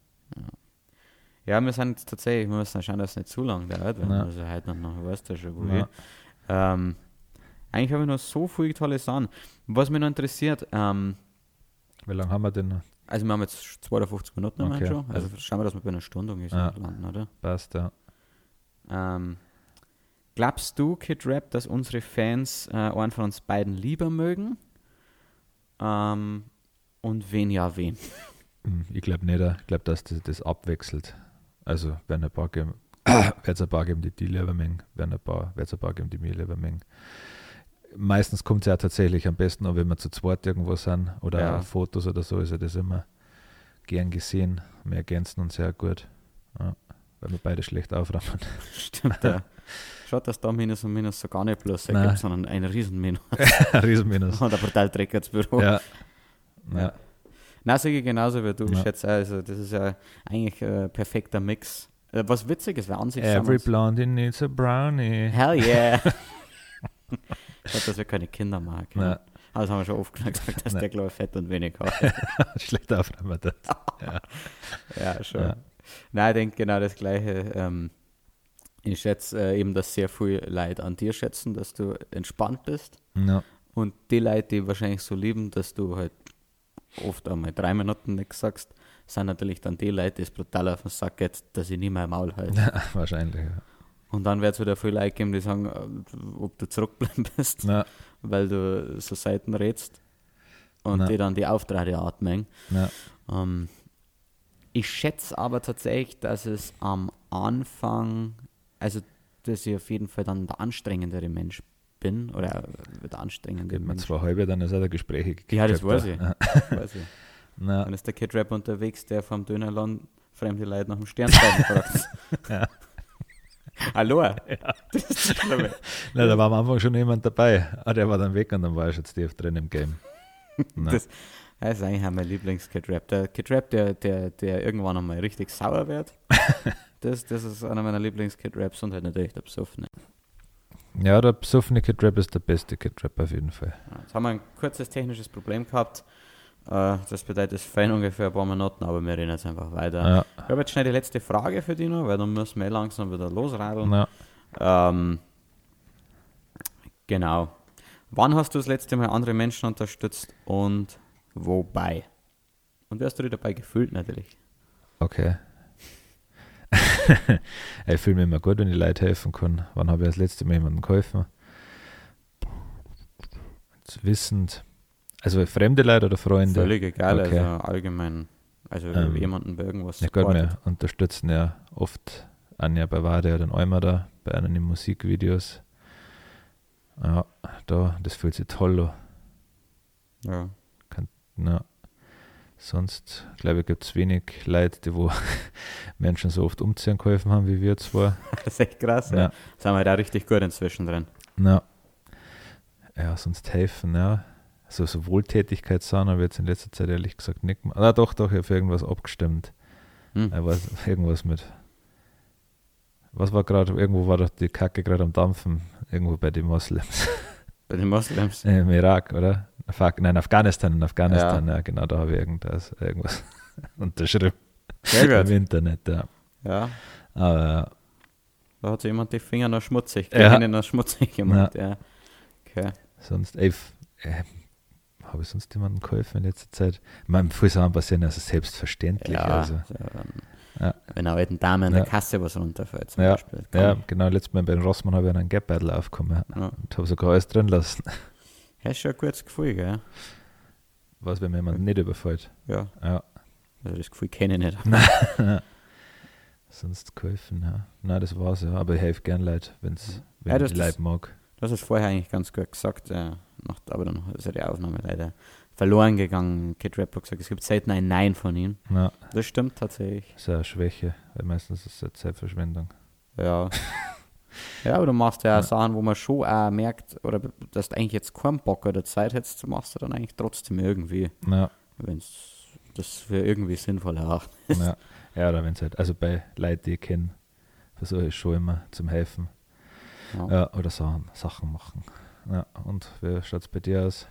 Ja, wir sind jetzt tatsächlich, wir müssen schauen, dass es nicht zu lang dauert, weil Ja. also heute noch, weißt du schon, wo Ja. ich. Ähm, eigentlich habe ich noch so viele tolle Sachen. Was mich noch interessiert, ähm, Wie lange haben wir denn noch? also wir haben jetzt zweiundfünfzig Minuten Okay. schon, also schauen wir, dass wir bei einer Stunde ungefähr Ja. landen, oder? Passt, ja. Ähm, glaubst du, Kid Rap, dass unsere Fans äh, einen von uns beiden lieber mögen? Ähm, und wen ja, wen? Hm, Ich glaube nicht, ich glaube, dass das, das abwechselt. Also, werden ein paar geben, wird es ein paar geben, die die lieber mengen, werden ein paar, wird es ein paar geben, die mir lieber mengen. Meistens kommt es ja tatsächlich am besten an, wenn wir zu zweit irgendwo sind oder Ja. auch Fotos oder so, ist ja das immer gern gesehen. Wir ergänzen uns sehr gut, ja, weil wir beide schlecht aufräumen. Stimmt, ja. Schaut, dass da Minus und Minus so gar nicht bloß Nein. ergibt, sondern ein Riesenminus. Ein Riesenminus. Und ein Portaltrecker ins Büro. Ja. Ja. Ja. Nein, sehe ich genauso wie du. Ich Ja. schätze, also das ist ja eigentlich ein perfekter Mix. Äh, Was witzig ist, weil an sich sind Every uns- blondie needs a brownie. Hell yeah! Ich glaube, dass wir keine Kinder machen. Nein. Ja. Aber das haben wir schon oft genug gesagt, dass Nein. der, glaube ich, fett und wenig hat. Schlecht aufräumen. Das. Ja. Ja, schon. Ja. Nein, ich denke genau das Gleiche. Ähm, ich schätze äh, eben, dass sehr viel Leute an dir schätzen, dass du entspannt bist. Ja. Und die Leute, die wahrscheinlich so lieben, dass du halt oft einmal drei Minuten nichts sagst, sind natürlich dann die Leute, die es brutal auf den Sack geht, dass ich nie mehr im Maul halte. Ja, wahrscheinlich. Ja. Und dann wird es wieder viele Leute geben, die sagen, äh, ob du zurückbleiben bist, Ja. weil du so Seiten redst. Und Ja. die dann die Aufträge atmen. Ja. Ähm, ich schätze aber tatsächlich, dass es am Anfang, also dass ich auf jeden Fall dann der anstrengendere Mensch bin, oder der anstrengende Geht man Mensch. zwei halbe, dann ist er der Gespräche gekriegt. Ja, das hat, weiß ja. ich. Ja. Weiß ich. Na, Dann ist der Kid Rap unterwegs, der vom Dönerland fremde Leute nach dem Sternzeichen fragt. Ja. Hallo? Das ist das Schlimme. na, da war am Anfang schon jemand dabei. Ah, der war dann weg und dann war ich jetzt tief drin im Game. Na, Das, das ist eigentlich auch mein Lieblings-Kid Rap. Der Kid Rap, der, der, der irgendwann einmal richtig sauer wird. Das, das ist einer meiner Lieblings-Kid Raps und halt natürlich der Besoffene. ja, der besoffene Kid Rap ist der beste Kid Rap auf jeden Fall. Ja, jetzt haben wir ein kurzes technisches Problem gehabt. Äh, Das bedeutet, es fehlen ungefähr ein paar Minuten, aber wir reden jetzt einfach weiter. Ja, Ich habe jetzt schnell die letzte Frage für dich noch, weil dann müssen wir eh langsam wieder losradeln. ja. Ähm, genau. Wann hast du das letzte Mal andere Menschen unterstützt und wobei? Und wie hast du dich dabei gefühlt natürlich? Okay. Ich fühle mich immer gut, wenn ich Leuten helfen kann. Wann habe ich das letzte Mal jemandem geholfen? Jetzt wissend. Also fremde Leute oder Freunde? Völlig egal, Okay. also allgemein. Also Ähm, jemanden bei irgendwas Ja gut, supportet. wir unterstützen ja oft Anja bei Wade oder den Eumer da, bei einem in Musikvideos. Ja, da, das fühlt sich toll an. Ja. Ja. Sonst, glaube ich, gibt es wenig Leute, die wo Menschen so oft umziehen geholfen haben, wie wir zwei. Das ist echt krass, ja. Ja. Sind wir da richtig gut inzwischen drin. Ja, ja sonst helfen, ja. So, so Wohltätigkeit sein, aber jetzt in letzter Zeit ehrlich gesagt nicht mehr. Ah, doch, doch, ich habe für irgendwas abgestimmt. Hm. Ich weiß, irgendwas mit. Was war gerade, irgendwo war doch die Kacke gerade am Dampfen, irgendwo bei den Moslems. Bei den Moslems? Im Irak, oder? Nein, Afghanistan, in Afghanistan, ja, ja genau, da habe ich irgendwas, irgendwas unterschrieben. Sehr gut. Im Internet, ja. Ja. Aber ja. Da hat sich jemand die Finger noch schmutzig, die Ja. Hände noch schmutzig gemacht, ja. ja. Okay. Sonst, ey, äh, habe ich sonst jemandem geholfen in letzter Zeit? Ich meine, viele Sachen passieren, also selbstverständlich. Ja, also. so, ähm, Ja. wenn einer alten Dame in Ja. der Kasse was runterfällt zum Ja. Beispiel. Ja, genau, letztes Mal bei den Rossmann habe ich einen Gap-Battle aufgekommen Ja. und habe sogar alles drin lassen. Ja, ist schon ein gutes Gefühl, gell? Was, wenn mir jemand nicht überfällt? Ja. Ja. Also das Gefühl kenne ich nicht. Sonst geholfen, ja. Nein, das war's, ja. Aber ich helfe gern Leute, wenn's, wenn Ja, ich das- die Leute mag. Du hast es vorher eigentlich ganz gut gesagt, äh, noch, aber dann ist ja die Aufnahme leider verloren gegangen. Kid Rap hat gesagt, es gibt selten ein Nein von ihm. Ja, Das stimmt tatsächlich. das ist eine Schwäche, weil meistens ist es eine Zeitverschwendung. Ja. Ja, aber du machst ja, Ja. Sachen, wo man schon auch merkt, oder dass du eigentlich jetzt keinen Bock oder Zeit hättest, machst du dann eigentlich trotzdem irgendwie, Ja, wenn es das für irgendwie sinnvoll erachtest. ja. Ja, oder wenn es halt, also bei Leuten, die ich kenne, versuche ich schon immer zum Helfen. Ja. Ja, oder Sachen, Sachen machen. Ja, und wie schaut es bei dir aus?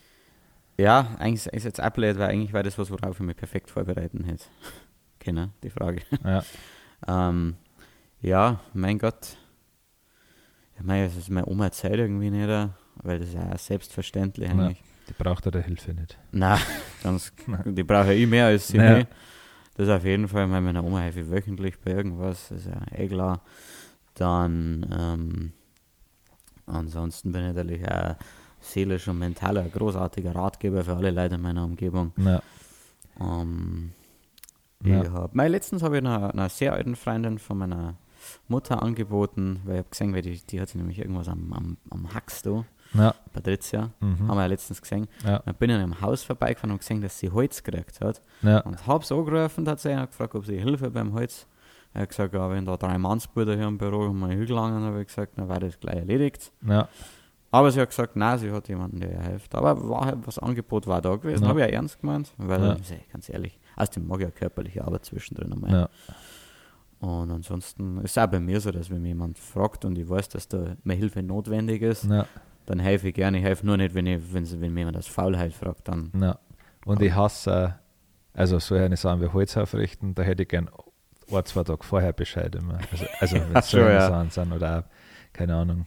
Ja, eigentlich ist jetzt ablehnt, weil eigentlich war das was, worauf ich mich perfekt vorbereiten hätte. Genau, die Frage. Ja, Ähm, ja, mein Gott. Ich meine, das ist meine Oma erzählt irgendwie nicht, weil das ist ja auch selbstverständlich Ja. eigentlich. die braucht ja der Hilfe nicht. Nein, ganz, die brauche ich mehr als sie. Ja. nicht. Das auf jeden Fall, weil meiner Oma helfe ich wöchentlich bei irgendwas, das ist ja eh klar. Dann, ähm, ansonsten bin ich natürlich auch seelisch und mental ein großartiger Ratgeber für alle Leute in meiner Umgebung. Ja, Ähm, Ja. ich hab, mein, letztens habe ich einer, einer sehr alten Freundin von meiner Mutter angeboten, weil ich habe gesehen, weil die, die hat sie nämlich irgendwas am, am, am Hax da, ja, Patricia, mhm. haben wir ja letztens gesehen. Ja. Dann bin ich in einem Haus vorbeigefahren und gesehen, dass sie Holz gekriegt hat. ja, Und habe sie angerufen tatsächlich und gefragt, ob sie Hilfe beim Holz. Er hat gesagt, ja, wenn da drei Mannsbrüder hier im Büro um meine Hügel hängen, habe ich gesagt, dann war das gleich erledigt. ja, Aber sie hat gesagt, nein, sie hat jemanden, der ihr hilft. Aber war halt, was Angebot war da gewesen, Ja. habe ich ja ernst gemeint, weil, Ja. sag ich ganz ehrlich, außerdem mag ich ja körperliche Arbeit zwischendrin einmal. ja, Und ansonsten ist es auch bei mir so, dass wenn mich jemand fragt und ich weiß, dass da meine Hilfe notwendig ist, ja, dann helfe ich gerne. Ich helfe nur nicht, wenn, ich, wenn, sie- wenn mir jemand aus Faulheit fragt, dann ja. Und ich hasse, äh, also so eine Sachen wie Holz aufrichten, da hätte ich gern ein, zwei Tage vorher Bescheid immer. Also, also wenn Ja, es so schon, eine ja. Sachen sind oder auch, keine Ahnung.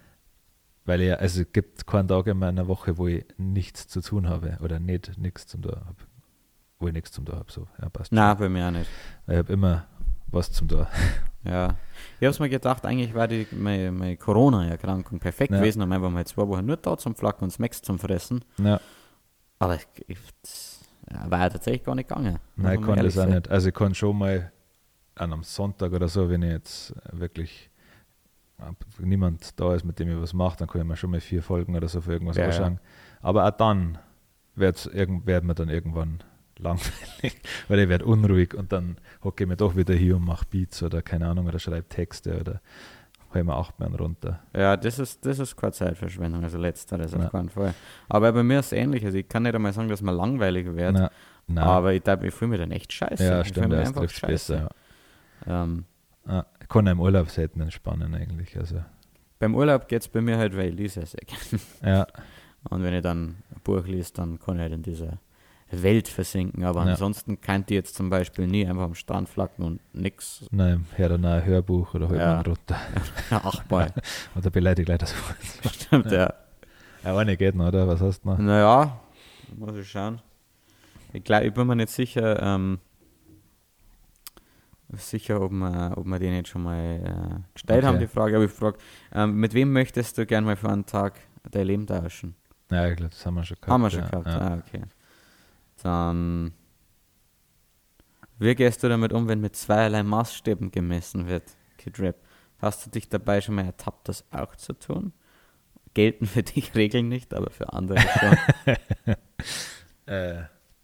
Weil ich, also es gibt keinen Tag in meiner Woche, wo ich nichts zu tun habe oder nicht nichts zum tun habe. Wo ich nichts zum tun habe. So, ja, passt schon. nein, bei mir auch nicht. Ich habe immer was zum tun. Ja, ich habe mir gedacht, eigentlich war die, meine, meine Corona-Erkrankung perfekt Ja. gewesen, um einfach mal zwei Wochen nur da zum Flacken und Smacks zum Fressen. Ja, Aber ich, ich, das ja, war ja tatsächlich gar nicht gegangen. muss nein, ich man kann ehrlich das auch sein. nicht. Also ich kann schon mal an einem Sonntag oder so, wenn ich jetzt wirklich ab- niemand da ist, mit dem ich was mache, dann kann ich mir schon mal vier Folgen oder so für irgendwas Ja, ja. anschauen. Aber auch dann wird irgend, werd mir dann irgendwann langweilig, weil ich werde unruhig und dann hocke ich mir doch wieder hier und mache Beats oder keine Ahnung oder schreibe Texte oder hole mir acht Mann runter. Ja, das ist, das ist keine Zeitverschwendung, also letzteres Ja. auf keinen Fall. Aber bei mir ist es ähnlich. Also ich kann nicht einmal sagen, dass mir langweilig wird, Na, nein, aber ich, glaub, ich fühle mich dann echt scheiße. ja, ich fühl stimmt, mich das einfach trifft besser. Ja. Ähm, Ja, ich kann auch im Urlaub selten entspannen eigentlich. Also, beim Urlaub geht es bei mir halt, weil ich lese sehr gerne. ja, Und wenn ich dann ein Buch lese, dann kann ich halt in dieser Welt versinken. Aber Ja. ansonsten kann ich jetzt zum Beispiel nie einfach am Strand flacken und nix. nein, hör dann auch ein Hörbuch oder hol Ja. man runter. Ach mal, Oder beleidigt Leute so. stimmt, ja. Ja, eine geht noch, oder? Was hast du noch? Naja, muss ich schauen. Ich, glaub, ich bin mir nicht sicher, ähm, sicher, ob wir, ob wir den jetzt schon mal äh, gestellt haben, Okay. die Frage. Aber ich frage, ähm, mit wem möchtest du gerne mal für einen Tag dein Leben tauschen? Ja, ich glaube, das haben wir schon gehabt. haben wir schon ja, gehabt, Ja. ah, okay. Dann, wie gehst du damit um, wenn mit zweierlei Maßstäben gemessen wird, Kid Rap? Hast du dich dabei schon mal ertappt, das auch zu tun? gelten für dich Regeln nicht, aber für andere schon. äh,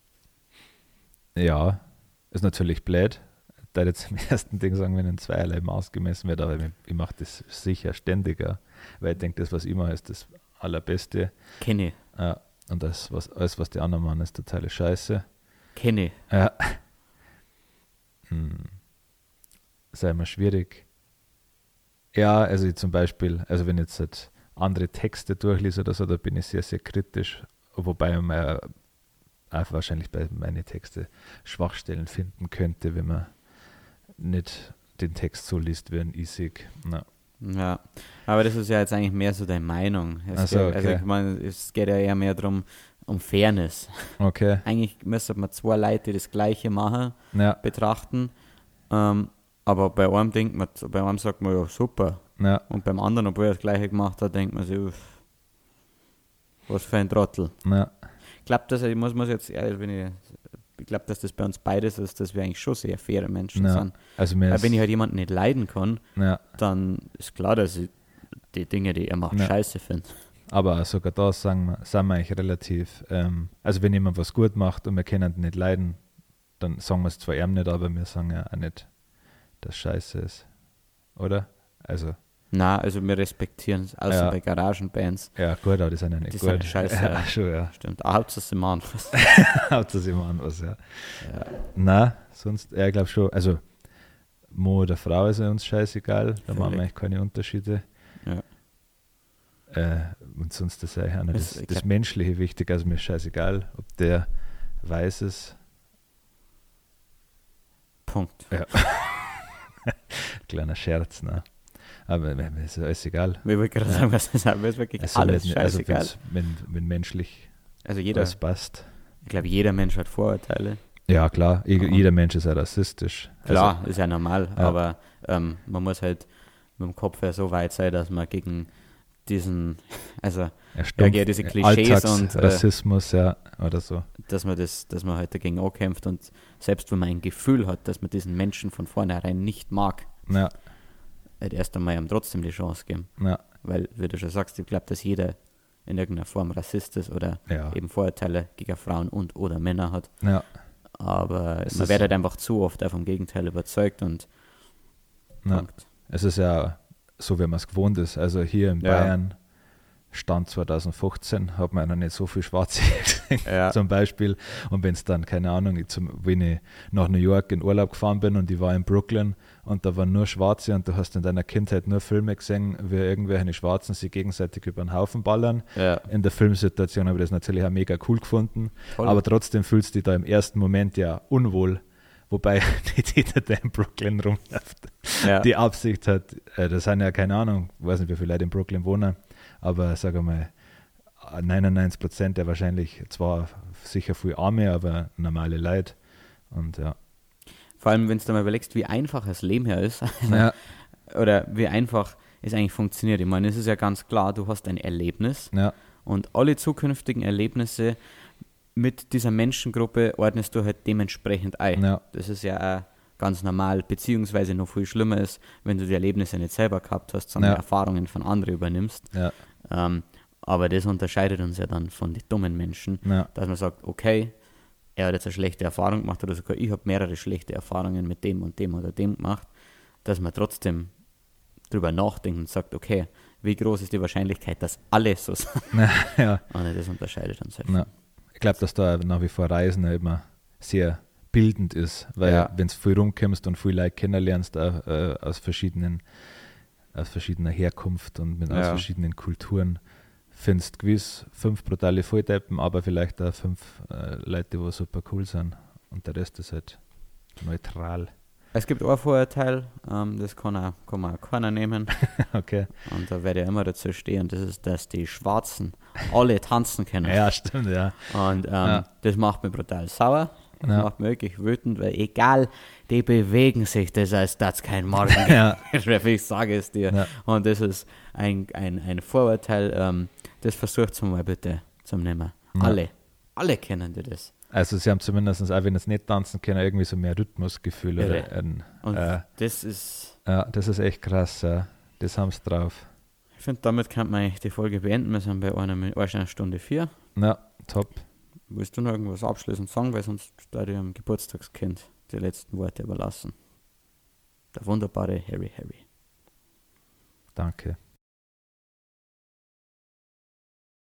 ja, ist natürlich blöd. Da jetzt im ersten Ding sagen, wenn in zweierlei Maß gemessen wird, aber ich, ich mache das sicher ständiger, weil ich denke, das, was ich mache, ist das Allerbeste. Kenne ich. Ja, und das, was, alles, was die anderen machen, ist totale Scheiße. Kenne ich. Ja. Hm. Ist ja immer schwierig. Ja, also ich zum Beispiel, also wenn ich jetzt halt andere Texte durchlese oder so, da bin ich sehr, sehr kritisch, wobei man auch wahrscheinlich bei meinen Texten Schwachstellen finden könnte, wenn man nicht den Text so liest wie ein I-Sig. No. Ja, aber das ist ja jetzt eigentlich mehr so deine Meinung. Es Ach so, geht, okay. Also ich meine, es geht ja eher mehr darum, um Fairness. Okay. Eigentlich müsste man zwei Leute, die das Gleiche machen, Ja. betrachten. Ähm, aber bei einem denkt man, bei einem sagt man ja super. Ja. Und beim anderen, obwohl er das Gleiche gemacht hat, denkt man sich, uff, was für ein Trottel. Ja. Ich glaube, dass ich muss, muss jetzt ehrlich, wenn ich, ich glaube, dass das bei uns beides ist, dass wir eigentlich schon sehr faire Menschen Ja. sind. Also mir Weil ist, wenn ich halt jemanden nicht leiden kann, ja. dann ist klar, dass ich die Dinge, die er macht, Ja. scheiße finde. Aber sogar da sagen wir, sind wir eigentlich relativ, ähm, also wenn jemand was gut macht und wir können ihn nicht leiden, dann sagen wir es zwar ihm nicht, aber wir sagen ja auch nicht, dass scheiße ist. Oder? Also, Na, also wir respektieren es, außer Ja. bei Garagenbands. ja gut, aber die sind ja nicht Die gut. sind scheiße, Ja, ja. schon, ja. Stimmt, auch Hauptsache sie machen was. Hauptsache sie machen was, ja. Ja. Na, sonst, ja, ich glaube schon, also Mo oder Frau ist ja uns scheißegal, da machen wir Völlig. eigentlich keine Unterschiede. Ja. Äh, und sonst ist eigentlich auch noch Es- das, ich das glaub- Menschliche wichtig, also mir ist scheißegal, ob der weiß ist. Punkt. Kleiner Scherz, ne? Aber mir mir ist alles egal. Mir wollte gerade Ja. sagen, was ist, mir ist wirklich Also, alles wenn, also scheißegal. wenn's- wenn, wenn menschlich Also jeder, alles passt. ich glaube, jeder Mensch hat Vorurteile. Ja, klar, je- Mhm. jeder Mensch ist ja rassistisch. Klar, Also, ist ja normal, Ja. aber ähm, man muss halt mit dem Kopf ja so weit sein, dass man gegen diesen, also ja, ja, stumpf, ja, diese Klischees und äh, Rassismus, ja, oder so. dass man das, dass man halt dagegen ankämpft und selbst wenn man ein Gefühl hat, dass man diesen Menschen von vornherein nicht mag, Ja, halt erst einmal ihm trotzdem die Chance geben. ja, Weil, wie du schon sagst, ich glaube, dass jeder in irgendeiner Form Rassist ist oder ja, eben Vorurteile gegen Frauen und oder Männer hat. ja, Aber Es man ist- wird halt einfach zu oft auch vom Gegenteil überzeugt und ja. Punkt. Es ist ja so, wie man es gewohnt ist. Also hier in Ja. Bayern, Stand zwanzig fünfzehn, hat man ja noch nicht so viel Schwarze Ja. zum Beispiel. Und wenn es dann, keine Ahnung, ich zum, wenn ich nach New York in Urlaub gefahren bin und ich war in Brooklyn und da waren nur Schwarze und du hast in deiner Kindheit nur Filme gesehen, wie irgendwelche Schwarzen sich gegenseitig über den Haufen ballern. Ja, In der Filmsituation habe ich das natürlich auch mega cool gefunden. toll. Aber trotzdem fühlst du dich da im ersten Moment ja unwohl. Wobei nicht jeder, der in Brooklyn rumläuft, ja. die Absicht hat, äh, das sind ja keine Ahnung, ich weiß nicht, wie viele Leute in Brooklyn wohnen, aber sag mal, neunundneunzig Prozent der wahrscheinlich zwar sicher viel Arme, aber normale Leute. Und ja. Vor allem, wenn du dir mal überlegst, wie einfach das Leben hier ist Ja, oder wie einfach es eigentlich funktioniert. Ich meine, es ist ja ganz klar, du hast ein Erlebnis ja, und alle zukünftigen Erlebnisse mit dieser Menschengruppe ordnest du halt dementsprechend ein. ja, Das ist ja auch ganz normal, beziehungsweise noch viel schlimmer ist, wenn du die Erlebnisse nicht selber gehabt hast, sondern Ja. Erfahrungen von anderen übernimmst. ja, Ähm, aber das unterscheidet uns ja dann von den dummen Menschen, ja, dass man sagt, okay, er hat jetzt eine schlechte Erfahrung gemacht oder sogar ich habe mehrere schlechte Erfahrungen mit dem und dem oder dem gemacht, dass man trotzdem drüber nachdenkt und sagt, okay, wie groß ist die Wahrscheinlichkeit, dass alle so sind? ja. Und das unterscheidet uns halt. Ja. Ich glaube, dass da nach wie vor Reisen ja immer sehr bildend ist, weil Ja. wenn du viel rumkommst und viel Leute kennenlernst, auch, äh, aus verschiedenen, aus verschiedener Herkunft und mit aus Ja. verschiedenen Kulturen, findest gewiss fünf brutale Volldeppen, aber vielleicht auch fünf äh, Leute, die super cool sind. Und der Rest ist halt neutral. Es gibt ein Vorurteil, ähm, das kann, auch, kann man auch keiner nehmen. Okay. Und da werde ich immer dazu stehen, das ist, dass die Schwarzen alle tanzen können. Ja, stimmt, ja. Und ähm, Ja. das macht mich brutal sauer. Das Ja. macht mich wirklich wütend, weil egal, die bewegen sich, das heißt, das kein Morgen. Ja, Ich sage es dir. Ja. Und das ist ein, ein, ein Vorurteil, ähm, das versucht mal bitte zum Nehmen. Ja. Alle. Alle kennen die das. also sie haben zumindest, auch wenn sie nicht tanzen können, irgendwie so mehr Rhythmusgefühl. Oder Irre. ein, Und äh, das ist ja, das ist echt krass, ja. Das haben sie drauf. Ich finde, damit kann man eigentlich die Folge beenden. Wir sind bei einer, einer Stunde vier. Ja, top. Willst du noch irgendwas abschließend sagen, weil sonst da dir am Geburtstagskind die letzten Worte überlassen. Der wunderbare Harry Harry. Danke.